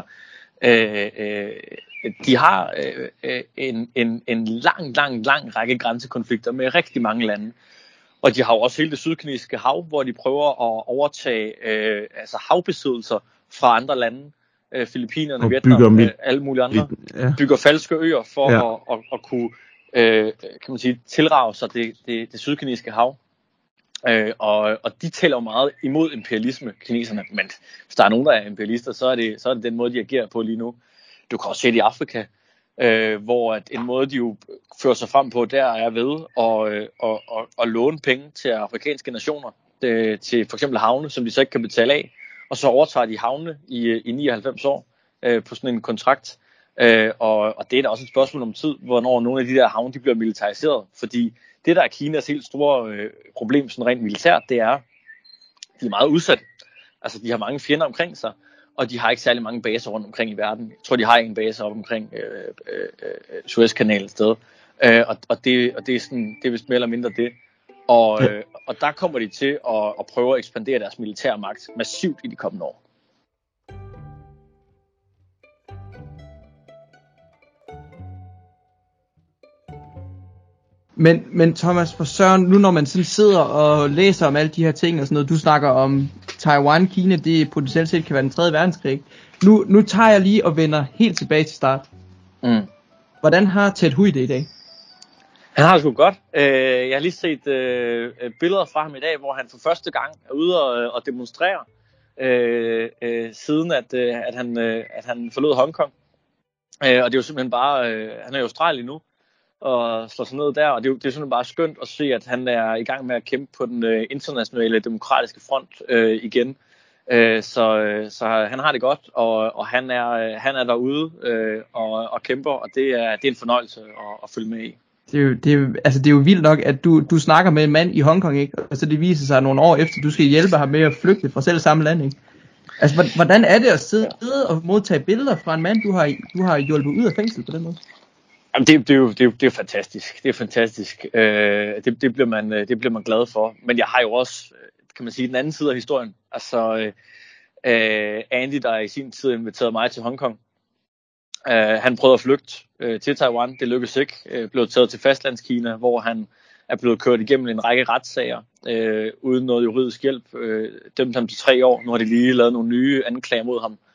de har en lang række grænsekonflikter med rigtig mange lande, og de har jo også hele det sydkinesiske hav, hvor de prøver at overtage havbesiddelser fra andre lande, Filippinerne, Vietnam, alle mulige andre, bygger falske øer for at kunne kan man sige, tilrage sig det sydkinesiske hav. Og de tæller jo meget imod imperialisme, kineserne, men hvis der er nogen, der er imperialister, så er det den måde, de agerer på lige nu. Du kan også se det i Afrika, hvor at en måde, de jo fører sig frem på, der er ved at låne penge til afrikanske nationer, til for eksempel havne, som de så ikke kan betale af, og så overtager de havne i 99 år på sådan en kontrakt. Og det er da også et spørgsmål om tid, hvornår nogle af de der havne de bliver militariseret, fordi det der er Kinas helt store problem sådan rent militært, det er, de er meget udsatte. Altså de har mange fjender omkring sig, og de har ikke særlig mange baser rundt omkring i verden. Jeg tror de har en base op omkring Suezkanalen et sted, og det er sådan, det er vist mere eller mindre det. Og der kommer de til at prøve at ekspandere deres militære magt massivt i de kommende år. Men Thomas, for Søren, nu når man sådan sidder og læser om alle de her ting og sådan noget, du snakker om Taiwan, Kina, det potentielt set kan være den 3. verdenskrig. Nu tager jeg lige og vender helt tilbage til start. Hvordan har Ted Hui det i dag? Han har det sgu godt. Jeg har lige set billeder fra ham i dag, hvor han for første gang er ude og demonstrere, siden at han forlod Hongkong. Og det er jo simpelthen bare, han er i Australien nu, og slår sig ned der, og det er simpelthen bare skønt at se, at han er i gang med at kæmpe på den internationale demokratiske front igen. Så han har det godt, og han er derude og kæmper, og det er en fornøjelse at følge med i. Det er jo vildt nok, at du snakker med en mand i Hongkong, ikke? Og så det viser sig nogle år efter, du skal hjælpe ham med at flygte fra selv samme land, ikke? Altså, hvordan er det at sidde og modtage billeder fra en mand, du har hjulpet ud af fængsel på den måde? Jamen, det er fantastisk. Det er fantastisk. Det bliver man glad for. Men jeg har jo også, kan man sige, den anden side af historien. Altså, Andy, der i sin tid inviterede mig til Hongkong. Han prøvede at flygte til Taiwan. Det lykkedes ikke. Blev taget til fastlandskina, hvor han er blevet kørt igennem en række retssager uden noget juridisk hjælp. Dømte ham til 3 år. Nu har de lige lavet nogle nye anklager mod ham.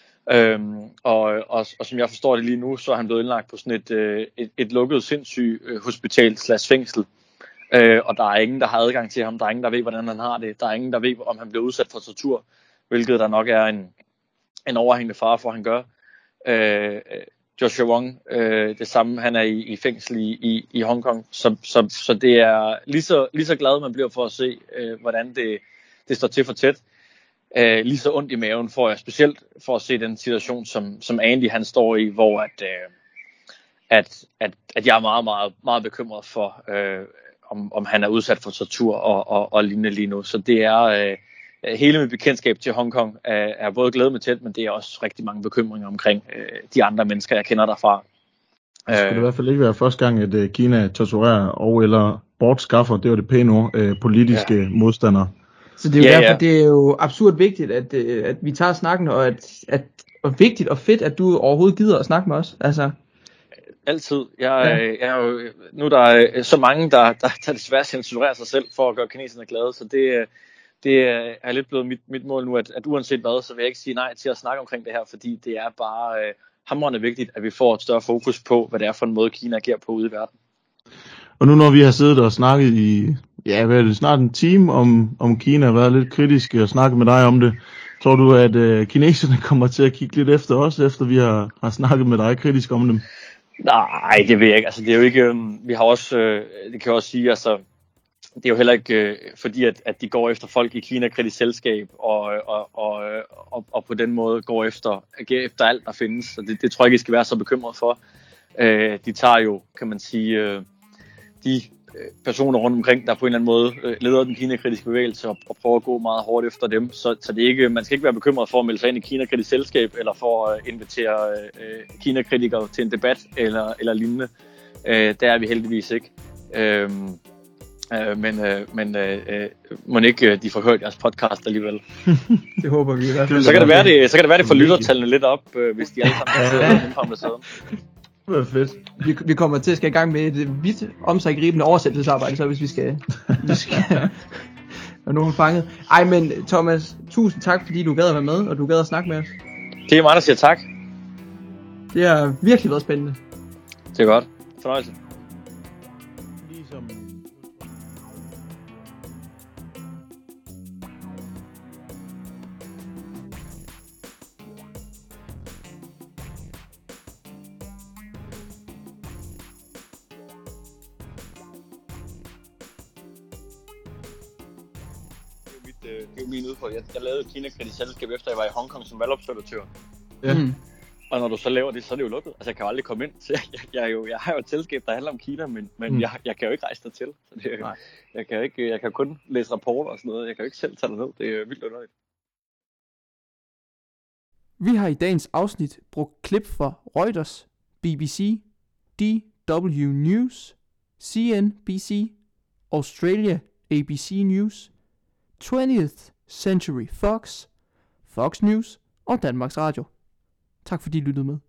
Og som jeg forstår det lige nu, så er han blevet indlagt på sådan et lukket sindssyg hospital/fængsel. Og der er ingen, der har adgang til ham. Der er ingen, der ved, hvordan han har det. Der er ingen, der ved, om han bliver udsat for tortur, hvilket der nok er en overhængende fare for, at han gør. Joshua Wong, det samme, han er i fængsel i Hongkong. Så det er lige så glad, man bliver for at se, hvordan det står til for tæt. Lige så ondt i maven får jeg, specielt for at se den situation, som Andy han står i, hvor at jeg er meget, meget, meget bekymret for, om han er udsat for tortur og lignende lige nu. Så det er hele mit bekendtskab til Hongkong er både glæde med tæt, men det er også rigtig mange bekymringer omkring de andre mennesker, jeg kender derfra. Det skulle i hvert fald ikke være første gang, at Kina torturerer og eller bortskaffer, det var det pæne ord, politiske modstandere. Så det er jo derfor, det er jo absurd vigtigt, at vi tager snakken, og og vigtigt og fedt, at du overhovedet gider at snakke med os. Altså. Altid. Jeg er jo, nu der er så mange, der desværre censurerer sig selv for at gøre kineserne glade, så det er lidt blevet mit mål nu, at uanset hvad, så vil jeg ikke sige nej til at snakke omkring det her, fordi det er bare hamrende vigtigt, at vi får et større fokus på, hvad det er for en måde, Kina agerer på ude i verden. Og nu når vi har siddet og snakket i, hvad er det, snart en time om Kina, og været lidt kritiske og snakket med dig om det, tror du, at kineserne kommer til at kigge lidt efter os, efter vi har snakket med dig kritisk om dem? Nej, det ved jeg ikke. Altså, det er jo ikke, vi har også, det kan jeg også sige, altså, det er jo heller ikke fordi, at de går efter folk i Kina-kritisk selskab, og på den måde går efter alt, der findes. Så det tror jeg ikke, I skal være så bekymret for. De tager jo, kan man sige, de personer rundt omkring, der på en eller anden måde leder den Kina-kritiske bevægelse og prøver at gå meget hårdt efter dem. Så det er ikke, man skal ikke være bekymret for at melde sig ind i Kina-kritisk selskab, eller for at invitere Kina-kritikere til en debat eller lignende. Der er vi heldigvis ikke. Men må ikke de får hørt jeres podcast alligevel. Det håber vi i hvert fald. Så kan det være, det får lyttertallene lidt op, hvis de alle sammen sidder inde på ambassaden. Det var fedt. Vi kommer til at skal i gang med et vidt omsiggribende oversættelsesarbejde, så hvis vi skal have nogen fanget. Ej, men Thomas, tusind tak, fordi du gad at være med, og du gad at snakke med os. Det er mig, der siger tak. Det har virkelig været spændende. Det er godt. Fornøjelse. Det er jo min udfordring. Jeg lavede Kina-kritisk selskab efter jeg var i Hongkong som valgobservatør. Ja. Og når du så laver det, så er det jo lukket. Altså jeg kan jo aldrig komme ind. Så jeg har jo et selskab, der handler om Kina, men jeg kan jo ikke rejse dertil. Så jeg kan kun læse rapporter og sådan noget. Jeg kan jo ikke selv tage det ned. Det er vildt underligt. Vi har i dagens afsnit brugt klip fra Reuters, BBC, DW News, CNBC, Australia ABC News, 20th Century Fox, Fox News og Danmarks Radio. Tak fordi I lyttede med.